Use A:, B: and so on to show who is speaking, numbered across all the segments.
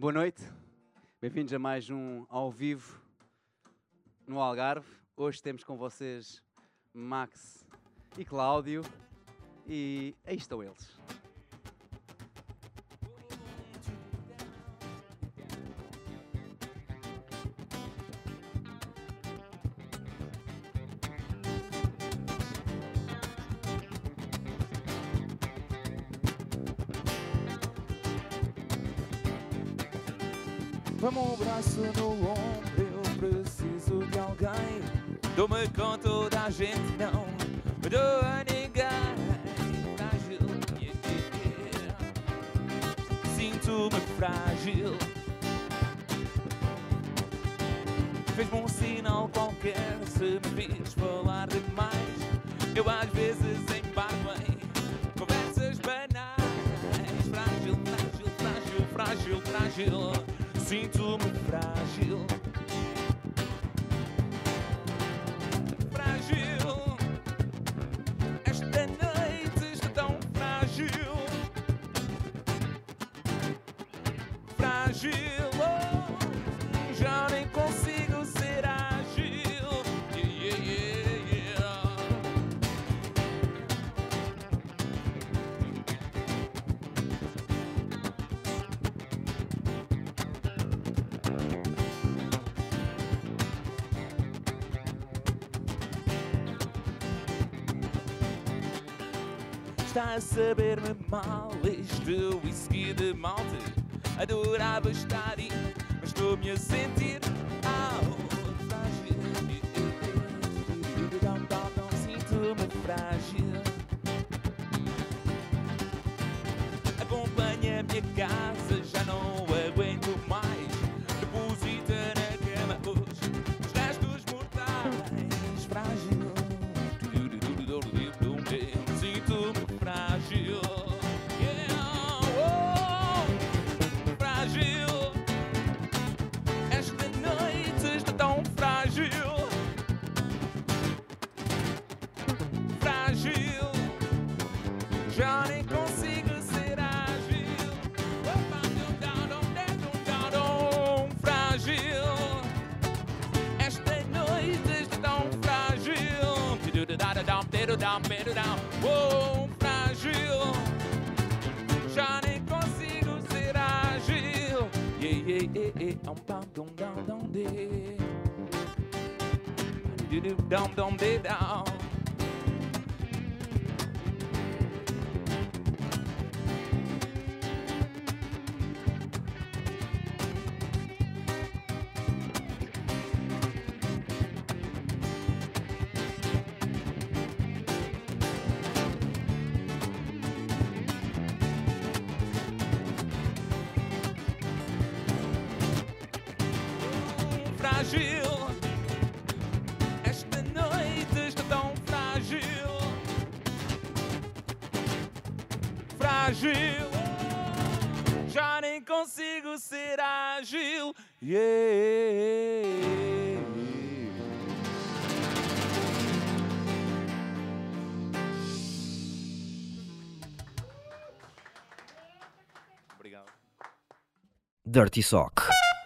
A: Boa noite, bem-vindos a mais um ao vivo no Algarve. Hoje temos com vocês Max e Cláudio e aí estão eles.
B: Põe-me um braço no ombro, eu preciso de alguém. Dou-me com toda a gente, não me dou a ninguém. Frágil, sinto-me frágil. Fez-me um sinal qualquer, se me fiz falar demais. Eu às vezes embarco em conversas banais. Frágil, frágil, frágil, frágil, frágil. Sinto-me frágil. Frágil. Esta noite está tão frágil. Frágil. Oh, já nem consigo ser ágil. Yeah, yeah, yeah. Está a saber-me mal este whisky de malte. Adorava estar aí, mas estou-me a sentir frágil. Sinto-me frágil. Acompanha-me a casa, já não aguento mais. Deposita na cama os restos mortais. Frágil. Sinto-me frágil. Yeah, oh, frágil. Esta noite está tão frágil. Frágil. Já nem consigo ser ágil. Frágil. Esta noite está tão frágil. Oh, frágil. Já nem consigo ser ágil. Yeah, yeah, yeah, yeah. Down. Frágil. Esta noite está tão frágil. Frágil. Já nem consigo ser ágil. Yeah. Obrigado.
C: Dirty Sock.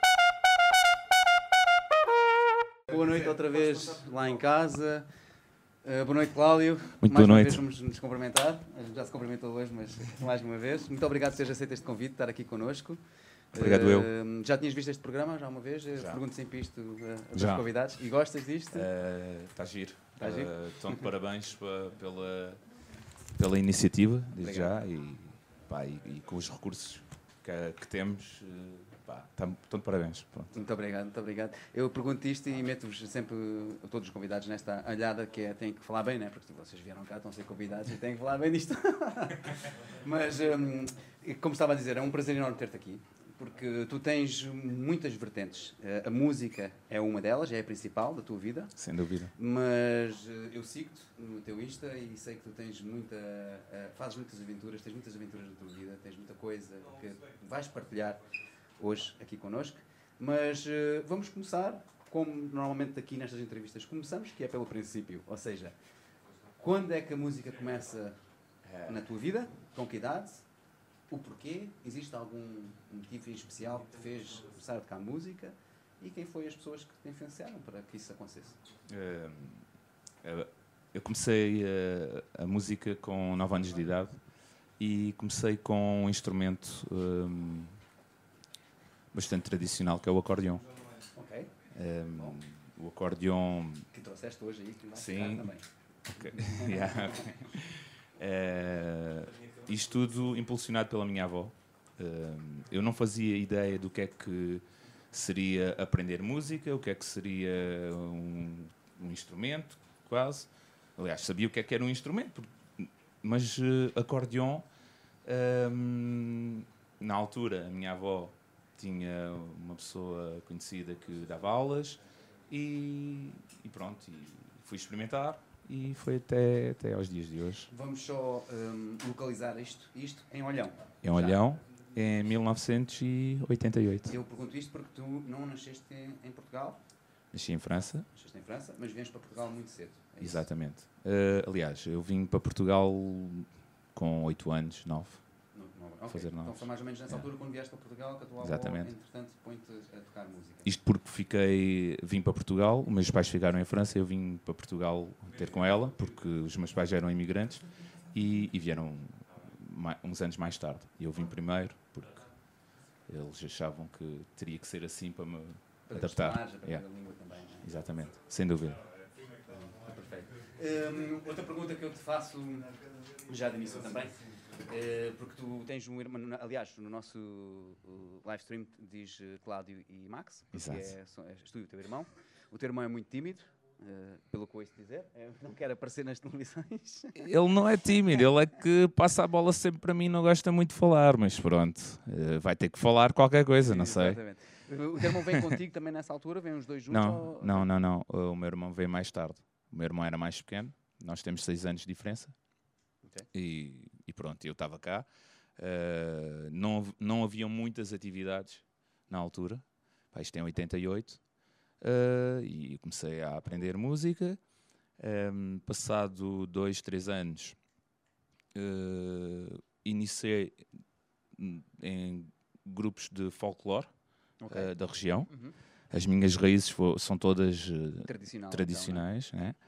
A: Boa noite outra vez lá em casa. Boa noite, Cláudio.
B: Muito
A: mais
B: boa
A: uma
B: noite.
A: vez vamos nos cumprimentar. A gente já se cumprimentou hoje, mas mais uma vez. Muito obrigado por teres aceito este convite, de estar aqui connosco.
B: Obrigado eu.
A: Já tinhas visto este programa já uma vez?
B: Já.
A: Pergunto sempre isto a dos
B: Já.
A: convidados. E gostas disto?
B: Está giro.
A: Está giro?
B: Então, de parabéns pela iniciativa, desde
A: Obrigado.
B: já, e com os recursos que temos. Estão de parabéns. Pronto.
A: Muito obrigado, muito obrigado. Eu pergunto isto e meto-vos sempre, a todos os convidados, nesta olhada que é, têm que falar bem, né? Porque vocês vieram cá, estão a ser convidados e têm que falar bem disto. Mas, como estava a dizer, é um prazer enorme ter-te aqui, porque tu tens muitas vertentes. A música é uma delas, é a principal da tua vida.
B: Sem dúvida.
A: Mas eu sigo-te no teu Insta e sei que tu tens fazes muitas aventuras, tens muitas aventuras na tua vida, tens muita coisa que vais partilhar hoje aqui connosco, mas vamos começar, como normalmente aqui nestas entrevistas começamos, que é pelo princípio, ou seja, quando é que a música começa na tua vida, com que idade, o porquê? Existe algum motivo em especial que te fez começar a tocar música? E quem foi as pessoas que te influenciaram para que isso acontecesse?
B: Eu comecei a música com 9 anos de idade e comecei com um instrumento bastante tradicional, que é o acordeão.
A: Ok.
B: O acordeão...
A: Que trouxeste hoje aí, que vai
B: Sim.
A: tocar também.
B: Okay. Yeah. Isto tudo impulsionado pela minha avó. Eu não fazia ideia do que é que seria aprender música, o que é que seria um instrumento, quase. Aliás, sabia o que era um instrumento, mas acordeão, na altura, a minha avó tinha uma pessoa conhecida que dava aulas e pronto, e fui experimentar. E foi até aos dias de hoje.
A: Vamos só localizar isto em Olhão.
B: Em Olhão, em 1988.
A: Eu pergunto isto porque tu não nasceste em Portugal.
B: Nasci em França.
A: Nasceste em França, mas vieste para Portugal muito cedo. É isso?
B: Exatamente. Aliás, eu vim para Portugal com 8 anos, 9.
A: Okay.
B: Fazer 9.
A: Então foi mais ou menos nessa altura quando vieste para Portugal que a tua avó,
B: Exatamente.
A: entretanto, põe-te a tocar música.
B: Isto porque vim para Portugal, os meus pais ficaram em França, eu vim para Portugal ter com ela, porque os meus pais eram imigrantes e vieram uns anos mais tarde. E eu vim primeiro, porque eles achavam que teria que ser assim para me adaptar.
A: Para aprender a língua também. Não é?
B: Exatamente, sem dúvida.
A: Perfeito. Outra pergunta que eu te faço, já de início também, porque tu tens um irmão, aliás, no nosso live stream diz Cláudio e Max, porque és tu e o teu irmão. O teu irmão é muito tímido, pelo que eu ouço dizer, não quer aparecer nas televisões.
B: Ele não é tímido, ele é que passa a bola sempre para mim, não gosta muito de falar, mas pronto, vai ter que falar qualquer coisa, não sei.
A: Exatamente. O teu irmão vem contigo também nessa altura? Vêm os dois juntos?
B: Não. O meu irmão veio mais tarde. O meu irmão era mais pequeno, nós temos 6 anos de diferença. Okay. E pronto, eu estava cá. Não haviam muitas atividades na altura. Isto é em 88. E comecei a aprender música. Passado 2, 3 anos, iniciei em grupos de folclore da região. Uhum. As minhas raízes são todas tradicionais. Então, né?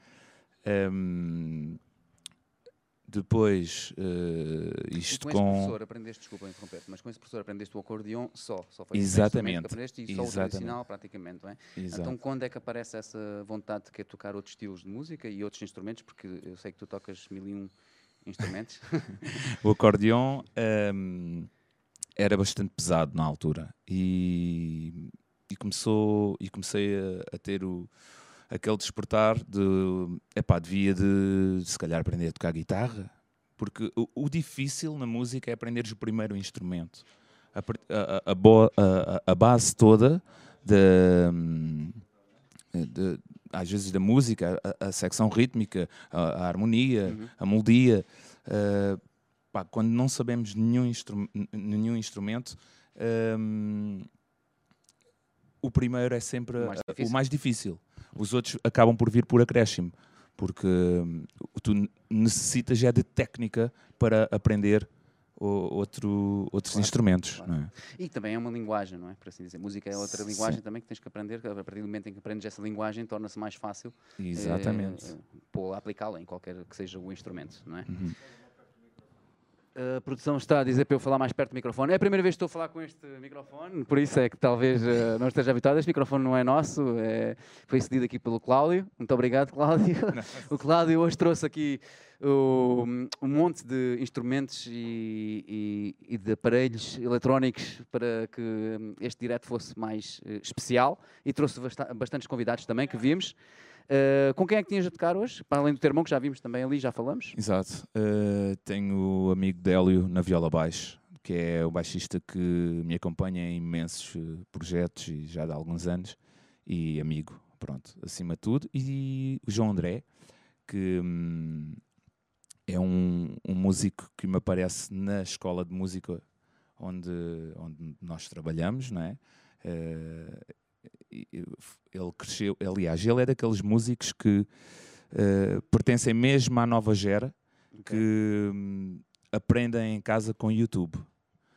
B: Depois, isto
A: com esse professor aprendeste, desculpa interromper, mas com esse professor aprendeste o acordeão só foi
B: exatamente,
A: que aprendeste e só o tradicional praticamente, não é?
B: Exato.
A: Então quando é que aparece essa vontade de querer tocar outros estilos de música e outros instrumentos, porque eu sei que tu tocas 1001 instrumentos.
B: O acordeão era bastante pesado na altura e comecei a ter aquele despertar devia se calhar aprender a tocar guitarra, porque o difícil na música é aprenderes o primeiro instrumento, a base toda às vezes da música, a secção rítmica, a harmonia, a melodia. Quando não sabemos nenhum instrumento, o primeiro é sempre o mais difícil. Os outros acabam por vir por acréscimo, porque tu necessitas de técnica para aprender outros instrumentos.
A: Claro.
B: Não é?
A: E também é uma linguagem, não é? Por assim dizer. Música é outra linguagem também que tens que aprender. A partir do momento em que aprendes essa linguagem, torna-se mais fácil aplicá-la em qualquer que seja o instrumento, não é?
B: Uhum.
A: A produção está a dizer para eu falar mais perto do microfone. É a primeira vez que estou a falar com este microfone, por isso é que talvez não esteja habituado. Este microfone não é nosso, foi cedido aqui pelo Cláudio. Muito obrigado, Cláudio. O Cláudio hoje trouxe aqui um monte de instrumentos e de aparelhos eletrónicos para que este direto fosse mais especial e trouxe bastantes convidados também que vimos. Com quem é que tinhas a tocar hoje? Para além do teu irmão, que já vimos também ali, já falamos.
B: Exato. Tenho o amigo Délio na viola baixo, que é o baixista que me acompanha em imensos projetos e já há alguns anos. E amigo, pronto, acima de tudo. E o João André, que é um músico que me aparece na escola de música onde nós trabalhamos, não é? Ele cresceu, aliás, ele é daqueles músicos que pertencem mesmo à nova gera, que aprendem em casa com YouTube.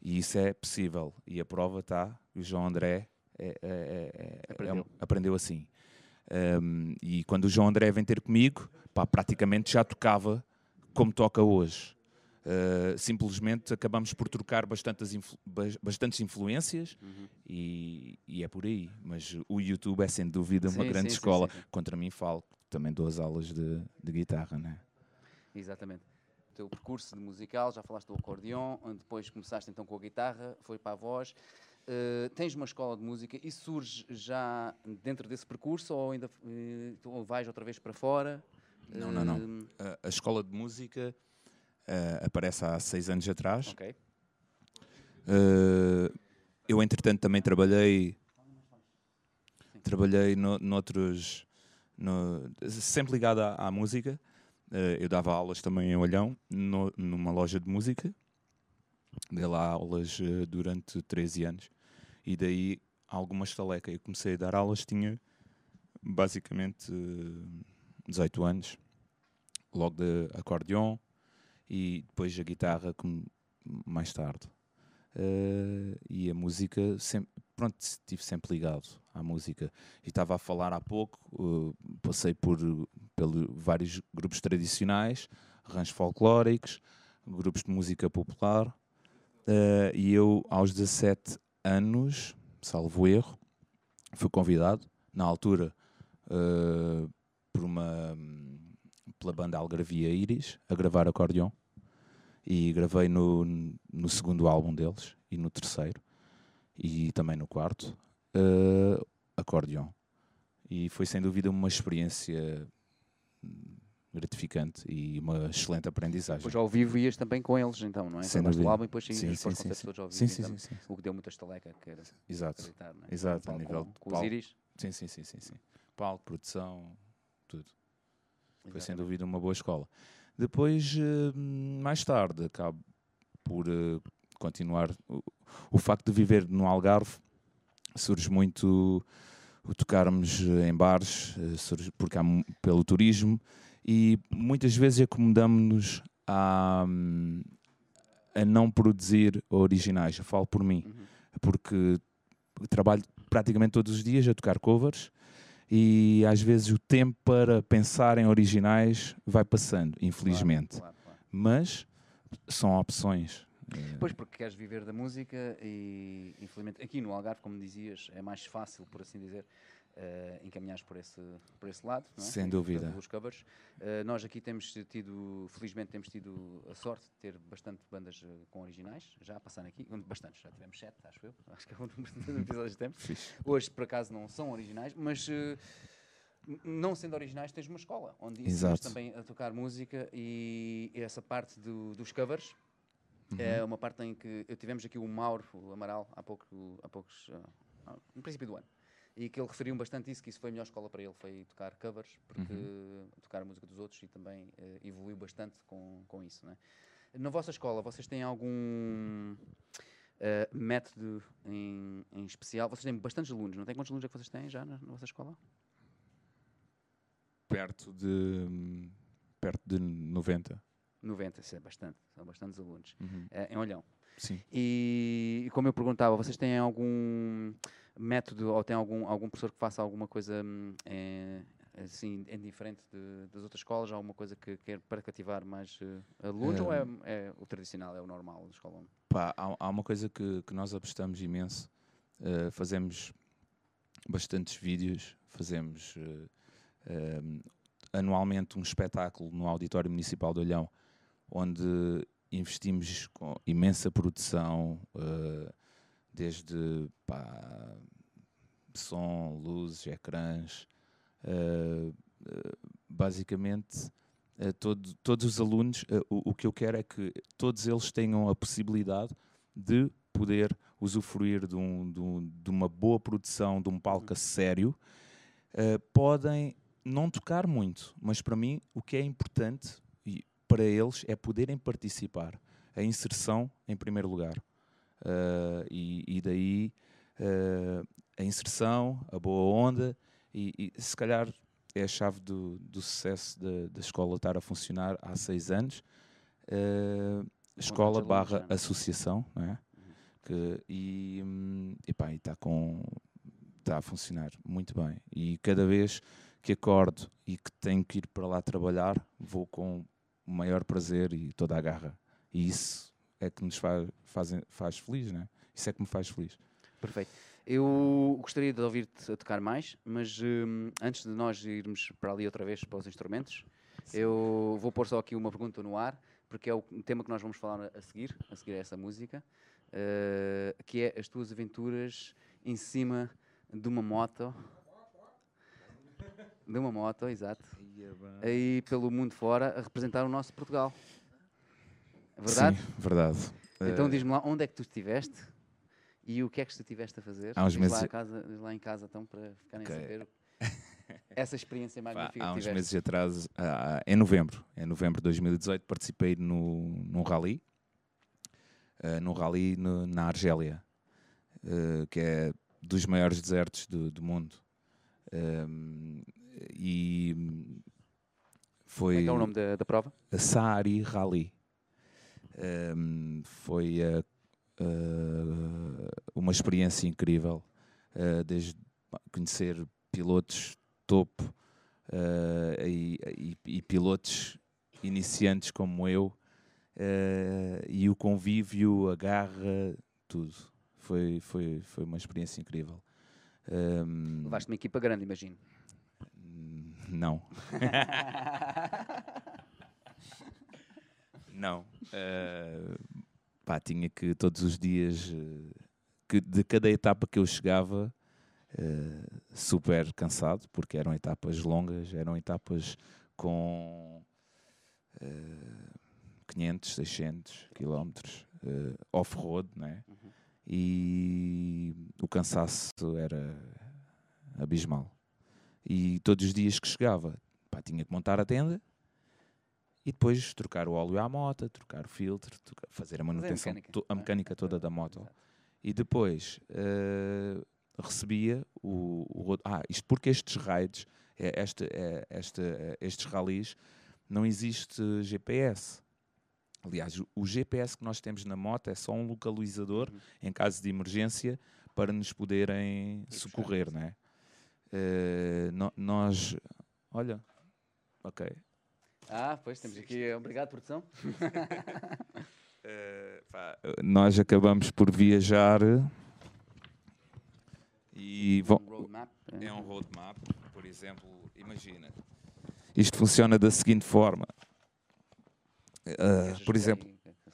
D: E isso é possível. E a prova está, o João André aprendeu assim. E quando o João André vem ter comigo, pá, praticamente já tocava como toca hoje. Simplesmente acabamos por trocar bastantes influências e é por aí. Mas o YouTube é sem dúvida uma grande escola. Sim. Contra mim falo, também dou as aulas de guitarra, né?
A: Exatamente. O teu percurso de musical, já falaste do acordeão, depois começaste então com a guitarra, foi para a voz. Tens uma escola de música e surge já dentro desse percurso ou ainda ou vais outra vez para fora?
D: Não. A escola de música aparece há 6 anos atrás.
A: Ok.
D: Eu, entretanto, também trabalhei noutros... sempre ligado à música. Eu dava aulas também em Olhão, numa loja de música. Dei lá aulas durante 13 anos. E daí alguma estaleca. Eu comecei a dar aulas, tinha basicamente 18 anos. Logo de acordeão e depois a guitarra mais tarde. E a música, pronto, estive sempre ligado à música. E estava a falar há pouco, passei por vários grupos tradicionais, ranchos folclóricos, grupos de música popular. E eu, aos 17 anos, salvo erro, fui convidado, na altura, pela banda Algarvia Iris, a gravar acordeão. E gravei no segundo álbum deles e no terceiro. E também no quarto, acordeão. E foi sem dúvida uma experiência gratificante e uma excelente aprendizagem.
A: Depois ao vivo ias também com eles, então, não é?
D: Sem
A: dúvida.
D: O
A: álbum e depois sim, os concertos todos ao vivo.
D: Sim.
A: O que deu muita estaleca, que era
D: Exato,
A: não é?
D: Exato, a nível de
A: com os Iris.
D: Sim. Palco, produção, tudo. Foi sem dúvida uma boa escola. Depois, mais tarde, acabo por continuar. O facto de viver no Algarve surge muito o tocarmos em bares, surge porque pelo turismo, e muitas vezes acomodamos-nos a não produzir originais. Eu falo por mim, porque trabalho praticamente todos os dias a tocar covers e às vezes o tempo para pensar em originais vai passando, infelizmente.
A: Claro.
D: Mas são opções.
A: Pois, porque queres viver da música e, infelizmente, aqui no Algarve, como dizias, é mais fácil, por assim dizer, encaminhares por esse lado, não é?
D: Sem dúvida.
A: Os covers. Nós aqui felizmente temos tido a sorte de ter bastante bandas com originais, já passaram aqui, bastantes, já tivemos 7, acho eu, acho que é um dos episódios que temos. Hoje, por acaso, não são originais, mas... não sendo originais, tens uma escola onde ensinas também a tocar música e essa parte dos covers é uma parte em que tivemos aqui o Mauro, o Amaral, no princípio do ano, e que ele referiu bastante isso, que isso foi a melhor escola para ele, foi tocar covers, porque tocar a música dos outros e também evoluiu bastante com isso, não é? Na vossa escola, vocês têm algum método em especial? Vocês têm bastantes alunos, não tem? Quantos alunos é que vocês têm já na vossa escola?
D: Perto de 90.
A: 90, isso é bastante, são bastantes alunos. Em Olhão.
D: Sim.
A: E como eu perguntava, vocês têm algum método ou têm algum professor que faça alguma coisa assim, diferente das outras escolas? Alguma coisa que quer para cativar mais alunos ou é o tradicional, é o normal da escola?
D: Pá, há uma coisa que nós apostamos imenso. Fazemos bastantes vídeos, fazemos anualmente um espetáculo no Auditório Municipal de Olhão, onde investimos com imensa produção, desde som, luzes, ecrãs, basicamente todos os alunos, o que eu quero é que todos eles tenham a possibilidade de poder usufruir de uma boa produção, de um palco a sério. Podem não tocar muito, mas para mim o que é importante para eles é poderem participar. A inserção em primeiro lugar. E daí a inserção, a boa onda e se calhar é a chave do sucesso da escola estar a funcionar há 6 anos. Escola / associação, não é? E está a funcionar muito bem. E cada vez que acordo e que tenho que ir para lá trabalhar, vou com o maior prazer e toda a garra. E isso é que nos faz feliz, né? Isso é que me faz feliz.
A: Perfeito. Eu gostaria de ouvir-te a tocar mais, mas antes de nós irmos para ali outra vez para os instrumentos, eu vou pôr só aqui uma pergunta no ar, porque é o tema que nós vamos falar a seguir a essa música, que é as tuas aventuras em cima de uma moto. De uma moto, exato. Aí pelo mundo fora a representar o nosso Portugal. É verdade?
D: Sim, verdade.
A: Então diz-me lá, onde é que tu estiveste e o que é que tu estiveste a fazer?
D: Há uns meses...
A: lá em casa então, para ficarem a saber essa experiência magnífica
D: Há
A: que
D: uns
A: tiveste.
D: meses atrás, em novembro de 2018, participei num rally, na Argélia, que é dos maiores desertos do mundo. E foi...
A: Como é que é o nome da prova?
D: A Saari Rally. Foi uma experiência incrível, desde conhecer pilotos topo e pilotos iniciantes como eu, e o convívio, a garra, tudo. Foi uma experiência incrível.
A: Levaste uma equipa grande, imagino.
D: Não. Não. Tinha que todos os dias, de cada etapa que eu chegava, super cansado, porque eram etapas longas, eram etapas com 500, 600 quilómetros, off-road, né?
A: Uhum.
D: E o cansaço era abismal. E todos os dias que chegava, tinha que montar a tenda e depois trocar o óleo à moto, trocar o filtro, fazer a manutenção, a mecânica toda da moto. E depois recebia isto porque estes raids, estes rallies, não existe GPS. Aliás, o GPS que nós temos na moto é só um localizador em caso de emergência para nos poderem socorrer, não é? Nós... Olha, ok.
A: Pois, temos aqui... Obrigado, produção.
D: Nós acabamos por viajar e... É um roadmap, por exemplo, imagina. Isto funciona da seguinte forma. Por exemplo,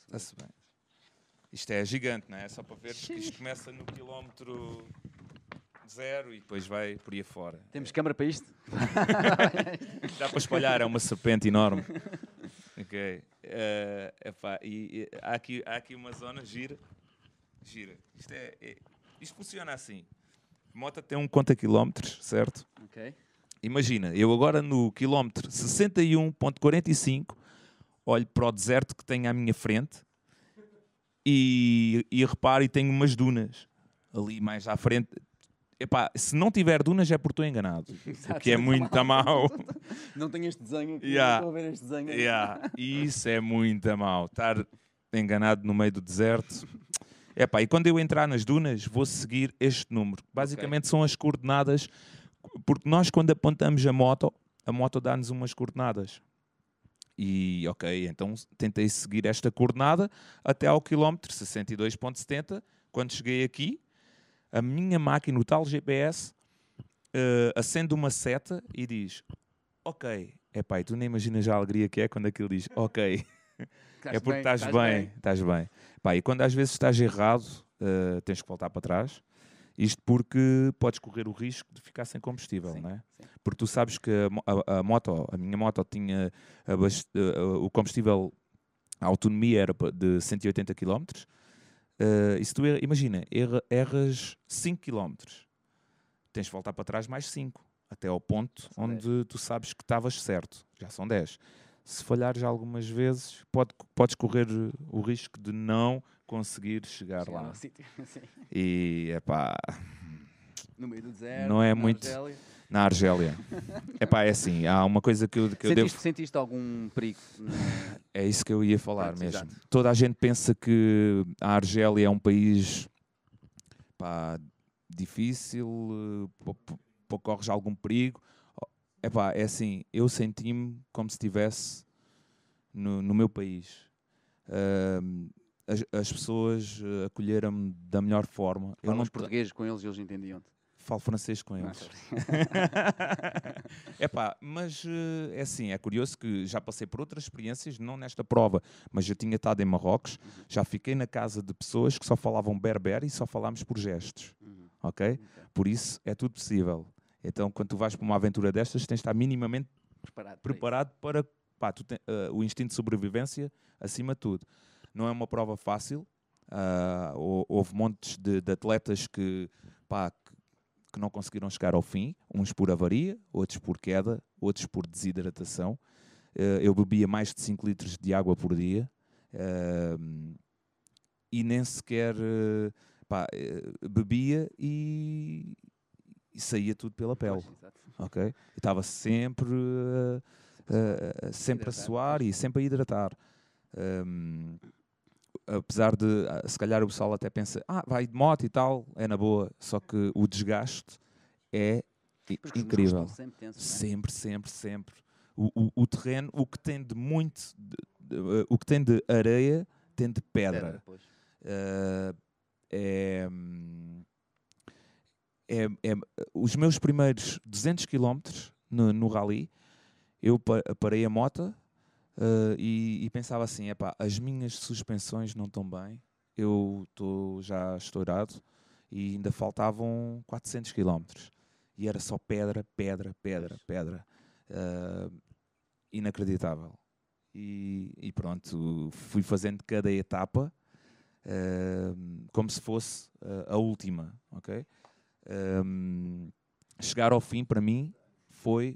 D: isto é gigante, não é? Só para ver que isto começa no quilómetro 0 e depois vai por aí afora.
A: Temos câmara para isto?
D: Dá para espalhar, é uma serpente enorme. Ok. Há aqui uma zona gira. Isto funciona assim. A moto tem um conta-quilómetros, certo?
A: Ok.
D: Imagina, eu agora no quilómetro 61.45 olho para o deserto que tenho à minha frente e reparo e tenho umas dunas ali mais à frente. Se não tiver dunas é porque estou enganado.
A: Exato,
D: o que é muito mau.
A: Não tenho este desenho aqui,
D: Yeah.
A: não estou a ver este desenho.
D: Isso é muito mau. Estar enganado no meio do deserto. E quando eu entrar nas dunas vou seguir este número. Basicamente são as coordenadas, porque nós quando apontamos a moto dá-nos umas coordenadas. E então tentei seguir esta coordenada até ao quilómetro 62.70. Quando cheguei aqui, a minha máquina, o tal GPS, acende uma seta e diz: ok, e tu nem imaginas a alegria que é quando aquilo diz ok. É porque estás bem. E quando às vezes estás errado, tens que voltar para trás. Isto porque podes correr o risco de ficar sem combustível, não é? Sim. Porque tu sabes que a minha moto tinha o combustível, a autonomia era de 180 km. E se tu, imagina, erras 5 km, tens de voltar para trás mais 5, até ao ponto onde tu sabes que estavas certo. Já são 10. Se falhares algumas vezes, podes correr o risco de não conseguir chegar lá.
A: No sítio, sim.
D: E,
A: no meio do deserto,
D: não é muito... na Argélia. Epá, é assim, há uma coisa que eu devo...
A: Sentiste algum perigo?
D: É isso que eu ia falar
A: Pronto,
D: mesmo.
A: exato.
D: Toda a gente pensa que a Argélia é um país pá, difícil, corres algum perigo. Epá, é assim, eu senti-me como se estivesse no meu país. As pessoas acolheram-me da melhor forma. Eu
A: Falas
D: não
A: português com eles e eles entendiam-te.
D: falo francês com eles. Epá, mas é assim, é curioso que já passei por outras experiências, não nesta prova, mas eu tinha estado em Marrocos, já fiquei na casa de pessoas que só falavam berber e só falámos por gestos, ok? Por isso é tudo possível. Então, quando tu vais para uma aventura destas, tens de estar minimamente preparado para pá, o instinto de sobrevivência acima de tudo. Não é uma prova fácil, houve montes de atletas que não conseguiram chegar ao fim, uns por avaria, outros por queda, outros por desidratação. Eu bebia mais de 5 litros de água por dia e nem sequer bebia e saía tudo pela pele. Okay? Estava sempre a suar e sempre a hidratar. Apesar de, se calhar o pessoal até pensa, vai de moto e tal, é na boa, só que o desgaste é incrível.
A: Sempre tensos, não é?
D: Sempre. O terreno, o que tem de muito, o que tem de areia, tem de pedra. Os meus primeiros 200 km no rally, eu parei a moto e pensava assim, as minhas suspensões não estão bem, eu estou já estourado e ainda faltavam 400 km. E era só pedra. Inacreditável. E pronto, fui fazendo cada etapa como se fosse a última, ok? Chegar ao fim, para mim, foi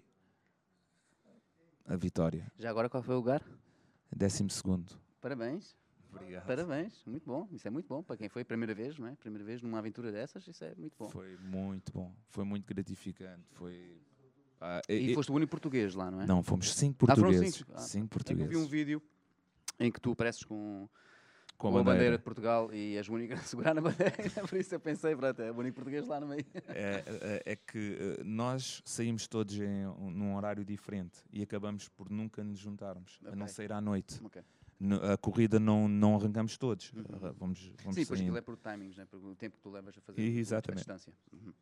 D: a vitória.
A: Já agora qual foi o lugar?
D: 12º.
A: Parabéns.
D: Obrigado.
A: Parabéns, muito bom. Isso é muito bom para quem foi a primeira vez, não é? Primeira vez numa aventura dessas, isso é muito bom.
D: Foi muito bom, foi muito gratificante.
A: E foste o único português lá, não é?
D: Não, fomos 5 portugueses.
A: Foram 5?
D: 5
A: É que
D: portugueses.
A: eu vi um vídeo em que tu apareces com
D: Com
A: a bandeira de Portugal e és o único a segurar na bandeira, por isso eu pensei, pronto, é o único português lá no meio.
D: É que nós saímos todos num horário diferente e acabamos por nunca nos juntarmos, a não ser à noite.
A: Okay.
D: A corrida não arrancamos todos. Vamos
A: Sim, pois
D: saindo.
A: aquilo é por timings, né? Por o tempo que tu levas a fazer
D: Exatamente.
A: a distância.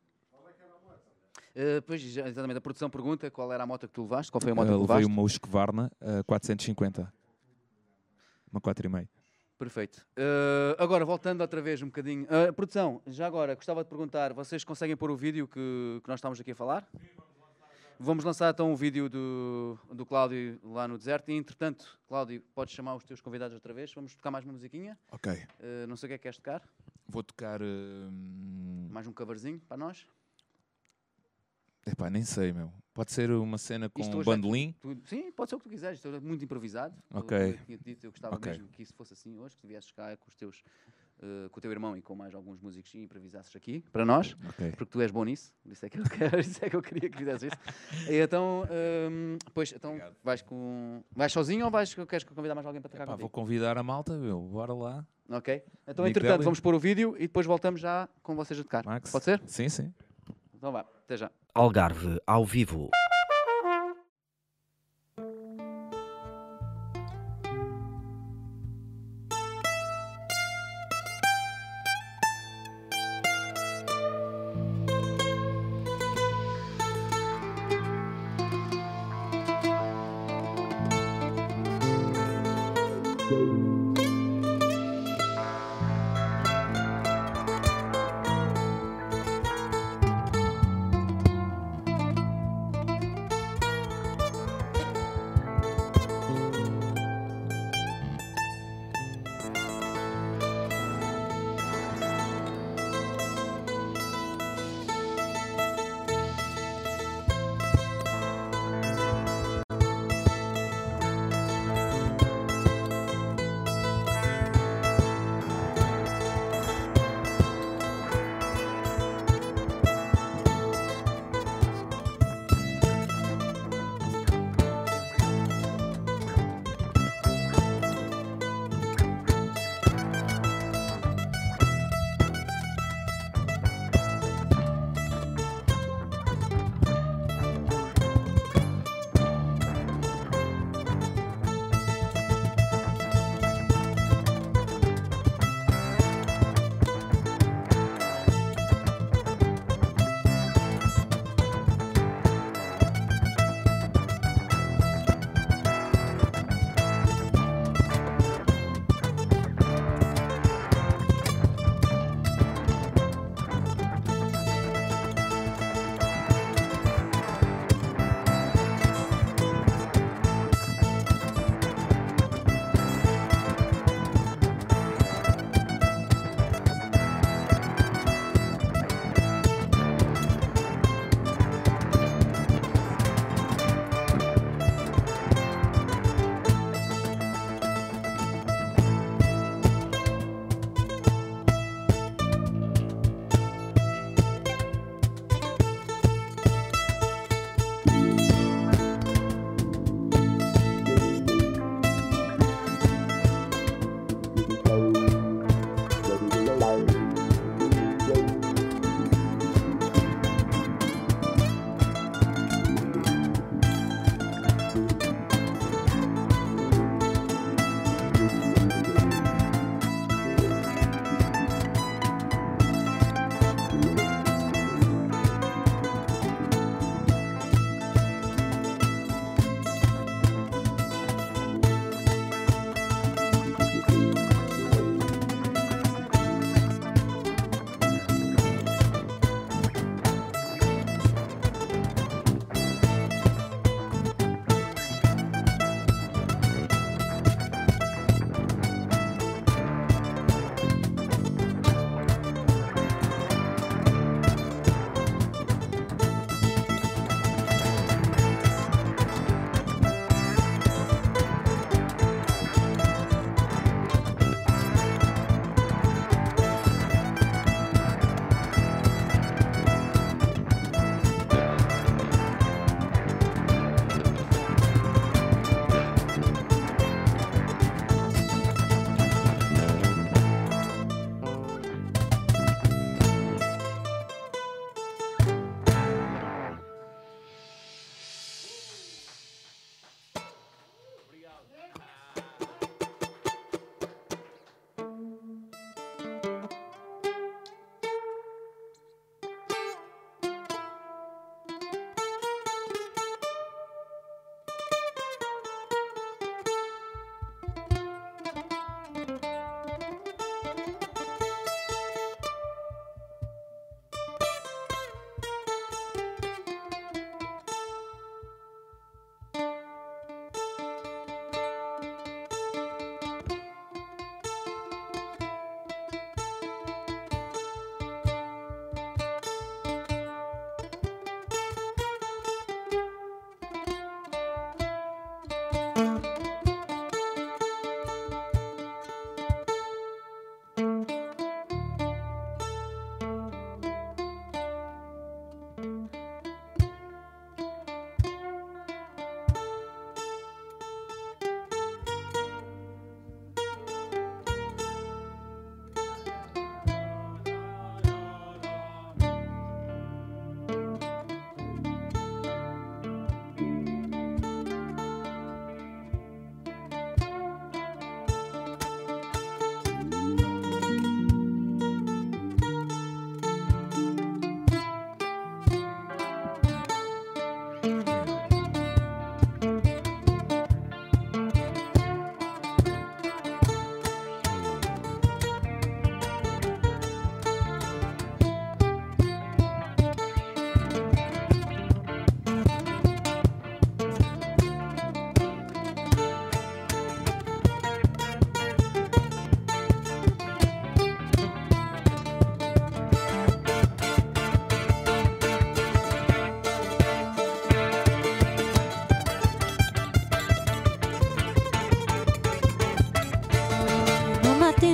A: Pois, exatamente, a produção pergunta qual era a moto que tu levaste, qual foi a moto que tu
D: levei
A: levaste?
D: uma Husqvarna 450. Uma 4,5.
A: Perfeito. Agora, voltando outra vez um bocadinho. Produção, já agora, gostava de perguntar, vocês conseguem pôr o vídeo que nós estamos aqui a falar? Vamos lançar então o vídeo do Cláudio lá no deserto e, entretanto, Cláudio, podes chamar os teus convidados outra vez. Vamos tocar mais uma musiquinha.
D: Ok.
A: Não sei o que é que queres tocar.
D: Vou tocar...
A: Mais um coverzinho para nós.
D: Epá, nem sei, meu. Pode ser uma cena com
A: Isto
D: um
A: hoje
D: bandolim?
A: Sim, pode ser o que tu quiseres. Isto é muito improvisado.
D: Ok.
A: Eu tinha dito, eu gostava
D: Ok.
A: mesmo que isso fosse assim hoje, que tu viesses cá com os teus... com o teu irmão e com mais alguns músicos e improvisasses aqui, para nós,
D: Ok.
A: porque tu és bom nisso, por isso é que eu, quero, isso é que eu queria que fizesse isso. E então,
D: Obrigado.
A: vais sozinho ou queres convidar mais alguém para tocar
D: Epá, vou
A: contigo?
D: convidar a malta, meu. Bora lá.
A: Ok. Então,
D: Nick
A: entretanto,
D: Belly.
A: vamos pôr o vídeo e depois voltamos já com vocês a tocar.
D: Max?
A: Pode ser?
D: Sim, sim.
A: Então vá, até já.
C: Algarve ao vivo.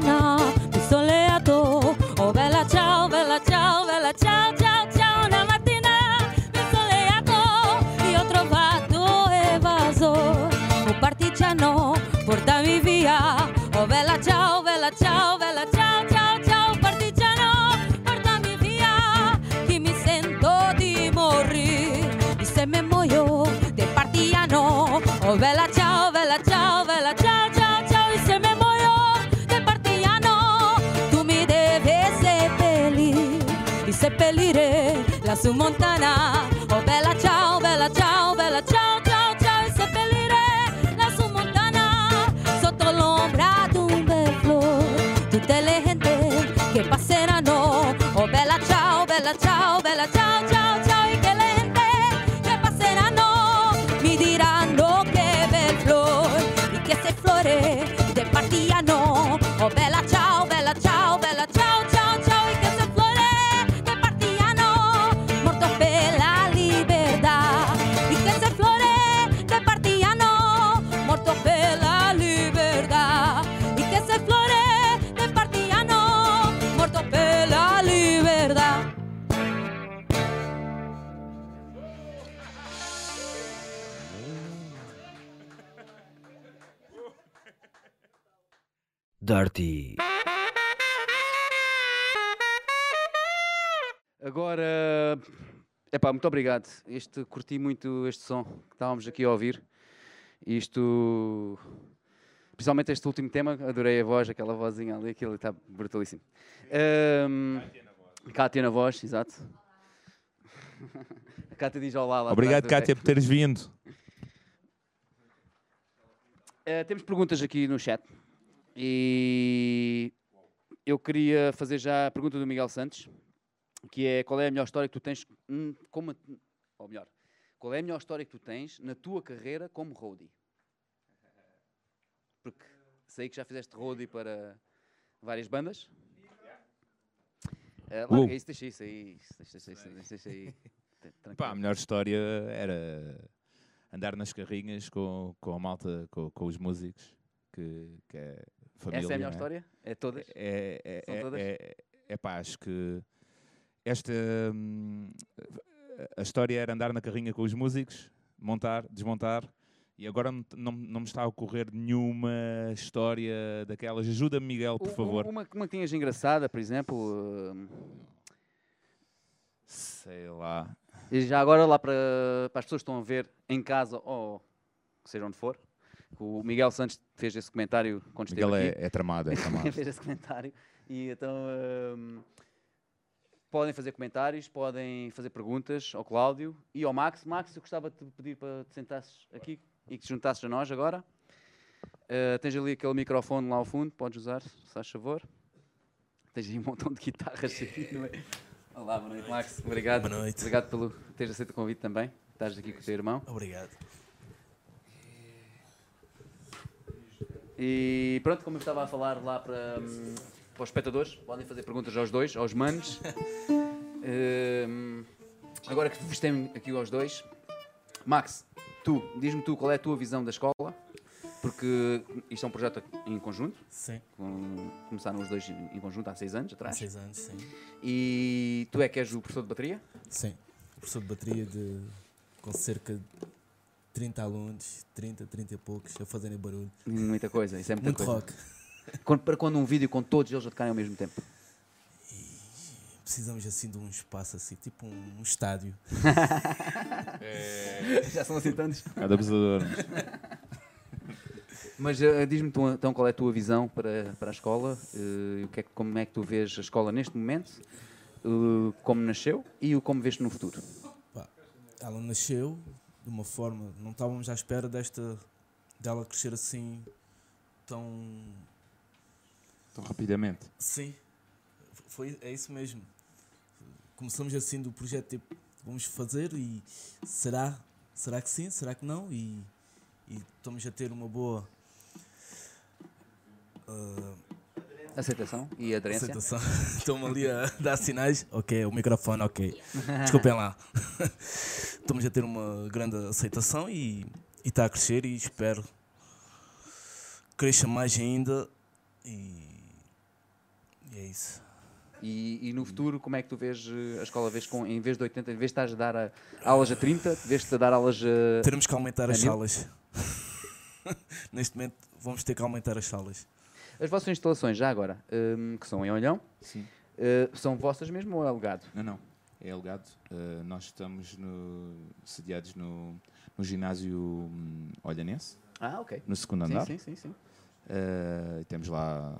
E: mattina mi soleato. Oh bella ciao, bella ciao, bella ciao, ciao, ciao. Una mattina mi soleato, io ho trovato evaso. Un partigiano, portami via. Oh bella ciao, bella ciao, bella ciao, ciao, ciao. Partigiano, portami via, che mi sento di morire. E se me muoio de partigiano. Oh bella ciao, bella ciao, bella ciao, ciao, ciao. E se me muoio de partigiano, tu mi devi seppellire, e seppellire lassù in montana. Oh bella ciao, bella ciao, bella ciao, ciao, ciao. E seppellire lassù in montana, sotto l'ombra d'un bel flor, tutte le gente che passeranno. Oh bella ciao, bella ciao, bella ciao, ciao, ciao. E che le gente che passeranno mi diranno che bel flor, y que ese flore de partigiano. Oh bella ciao, bella ciao, bella ciao, ciao, ciao. Y que ese flore de partigiano, morto per la libertà. Y que ese flore de partigiano, morto per la libertà. Y que ese flore de partigiano, morto per la libertà.
C: Dirty.
A: Agora, epá, muito obrigado. Curti muito este som que estávamos aqui a ouvir. Isto, principalmente este último tema, adorei a voz, aquela vozinha ali, aquilo está brutalíssimo. Cátia na voz, exato. A Cátia diz olá lá
D: Obrigado,
A: atrás,
D: Cátia, por teres vindo.
A: Temos perguntas aqui no chat e eu queria fazer já a pergunta do Miguel Santos, que é: qual é a melhor história que tu tens ou melhor, qual é a melhor história que tu tens na tua carreira como roadie? Porque sei que já fizeste roadie para várias bandas. Larga isso, deixa isso aí. Deixa aí.
D: Pá, a melhor história era andar nas carrinhas com a malta, com os músicos, que é família.
A: Essa é a melhor história? É todas? São todas?
D: Pá, acho que esta a história era andar na carrinha com os músicos, montar, desmontar, e agora não me está a ocorrer nenhuma história daquelas. Ajuda-me, Miguel, por favor.
A: Uma que tinhas engraçada, por exemplo.
D: Sei lá.
A: E já agora lá para as pessoas que estão a ver em casa, ou seja onde for, o Miguel Santos fez esse comentário quando esteve
D: Miguel
A: aqui.
D: é tramado, é tramado.
A: Fez esse comentário. E então podem fazer comentários, podem fazer perguntas ao Cláudio e ao Max. Max, eu gostava de te pedir para te sentasses aqui e que te juntasses a nós agora. Tens ali aquele microfone lá ao fundo, podes usar, se faz favor. Tens aí um montão de guitarras aqui, não é? Olá, boa noite, Max. Obrigado.
F: Boa noite.
A: Obrigado por teres aceito o convite também. Estás aqui com o teu irmão.
F: Obrigado.
A: E pronto, como eu estava a falar lá para os espectadores, podem fazer perguntas aos dois, aos manos. Agora que vos tenho aqui aos dois, Max, diz-me tu qual é a tua visão da escola, porque isto é um projeto em conjunto.
F: Sim.
A: Começaram os dois em conjunto há 6 anos atrás.
F: Há 6 anos, sim.
A: E tu é que és o professor de bateria?
F: Sim. Professor de bateria com cerca de 30 alunos, 30 e poucos, a fazerem barulho.
A: Muita coisa, isso é muita
F: Muito
A: coisa.
F: rock.
A: Para quando um vídeo com todos eles a tocarem ao mesmo tempo.
F: Precisamos assim de um espaço assim, tipo um estádio.
A: Já são assim tantos.
D: Cada abusador.
A: Mas diz-me tu, então qual é a tua visão para a escola, como é que tu vês a escola neste momento, como nasceu e como vês no futuro?
F: Pá, ela nasceu de uma forma, não estávamos à espera dela crescer assim tão
D: rapidamente.
F: Sim, é isso mesmo. Começamos assim do projeto, tipo, vamos fazer e será que sim, será que não? E estamos a ter uma boa
A: aceitação e aderência.
F: Estão-me ali a dar sinais. Ok, o microfone, ok. Desculpem lá. Estamos a ter uma grande aceitação e está a crescer e espero que cresça mais ainda e E é isso.
A: E no futuro, como é que tu vês a escola? Vês em vez de 80, em vez de estás a dar aulas a 30, vês-te a dar aulas a...
F: Teremos que aumentar as
A: 1000?
F: salas. Neste momento vamos ter que aumentar as salas.
A: As vossas instalações, já agora, que são em Olhão,
D: Sim.
A: são vossas mesmo ou é alugado?
D: Não. É alegado. Nós estamos sediados no ginásio olhanense,
A: Ah, ok.
D: no segundo andar.
A: Sim.
D: Temos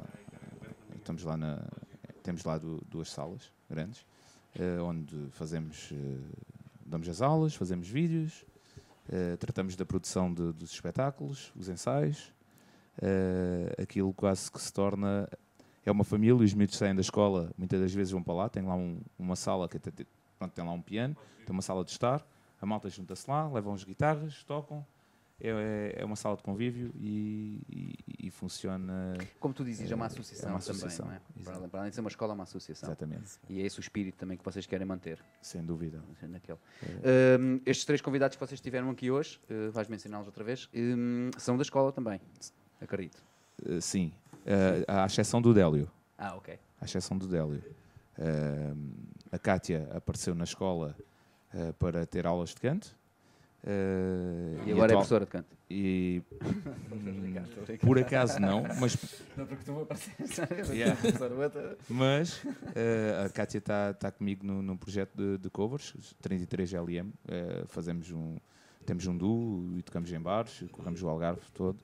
D: lá duas salas grandes, onde damos as aulas, fazemos vídeos, tratamos da produção dos espetáculos, os ensaios. Aquilo quase que se torna... É uma família, os miúdos saem da escola, muitas das vezes vão para lá, tem lá uma sala que tem lá um piano, tem uma sala de estar, a malta junta-se lá, levam as guitarras, tocam. É uma sala de convívio e funciona...
A: Como tu dizes, é uma associação,
D: associação,
A: também, não é? Para além de ser uma escola, é uma associação.
D: Exatamente,
A: E é esse o espírito também que vocês querem manter.
D: sem dúvida.
A: Naquele. Estes 3 convidados que vocês tiveram aqui hoje, vais mencioná-los outra vez, são da escola também, acredito.
D: Sim, à exceção do Délio.
A: Ah, ok.
D: À exceção do Délio. A Cátia apareceu na escola para ter aulas de canto.
A: E agora é professora de canto?
D: E por acaso não, mas
A: Não, porque tu apareceste.
D: Mas a Cátia está comigo no projeto de covers, 33LM. Temos um duo e tocamos em bares, corremos o Algarve todo.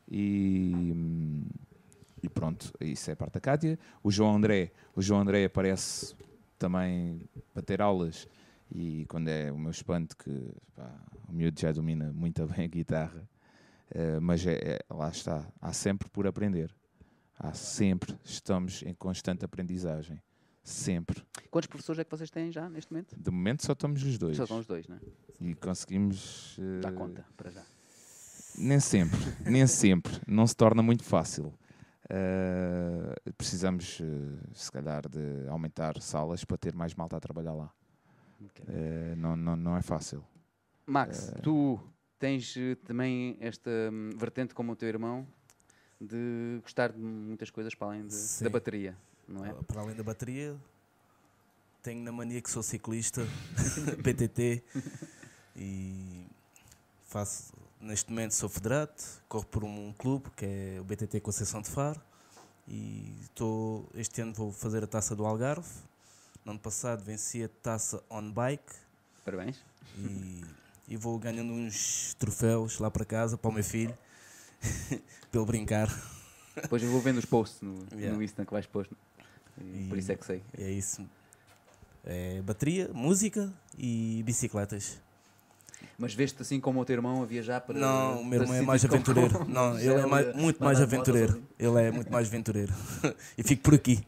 D: E pronto, isso é a parte da Cátia. O João André aparece também para ter aulas. E quando é o meu espanto que o miúdo já domina muito bem a guitarra, mas lá está, há sempre por aprender. Estamos em constante aprendizagem. Sempre.
A: Quantos professores é que vocês têm já neste momento?
D: De momento só estamos os dois.
A: Só estão os 2, não é?
D: E conseguimos...
A: Dá conta, para já.
D: Nem sempre. Não se torna muito fácil. Precisamos, se calhar, de aumentar salas para ter mais malta a trabalhar lá.
A: Okay.
D: Não é fácil.
A: Max, tu tens também esta vertente como o teu irmão de gostar de muitas coisas para além da bateria, não é?
F: Para além da bateria, tenho na mania que sou ciclista, BTT, e neste momento sou federado, corro por um clube que é o BTT Conceição de Faro, e este ano vou fazer a taça do Algarve. No ano passado venci a taça on bike.
A: Parabéns.
F: E vou ganhando uns troféus lá para casa, para o meu filho, para ele brincar.
A: Depois eu vou vendo os posts no Insta que vais posto. Por isso é que sei.
F: É isso. É bateria, música e bicicletas.
A: Mas veste assim como o teu irmão a viajar para...
F: Não, o meu irmão é mais aventureiro. Não, ele é muito mais aventureiro. Ele é muito mais aventureiro. E fico por aqui.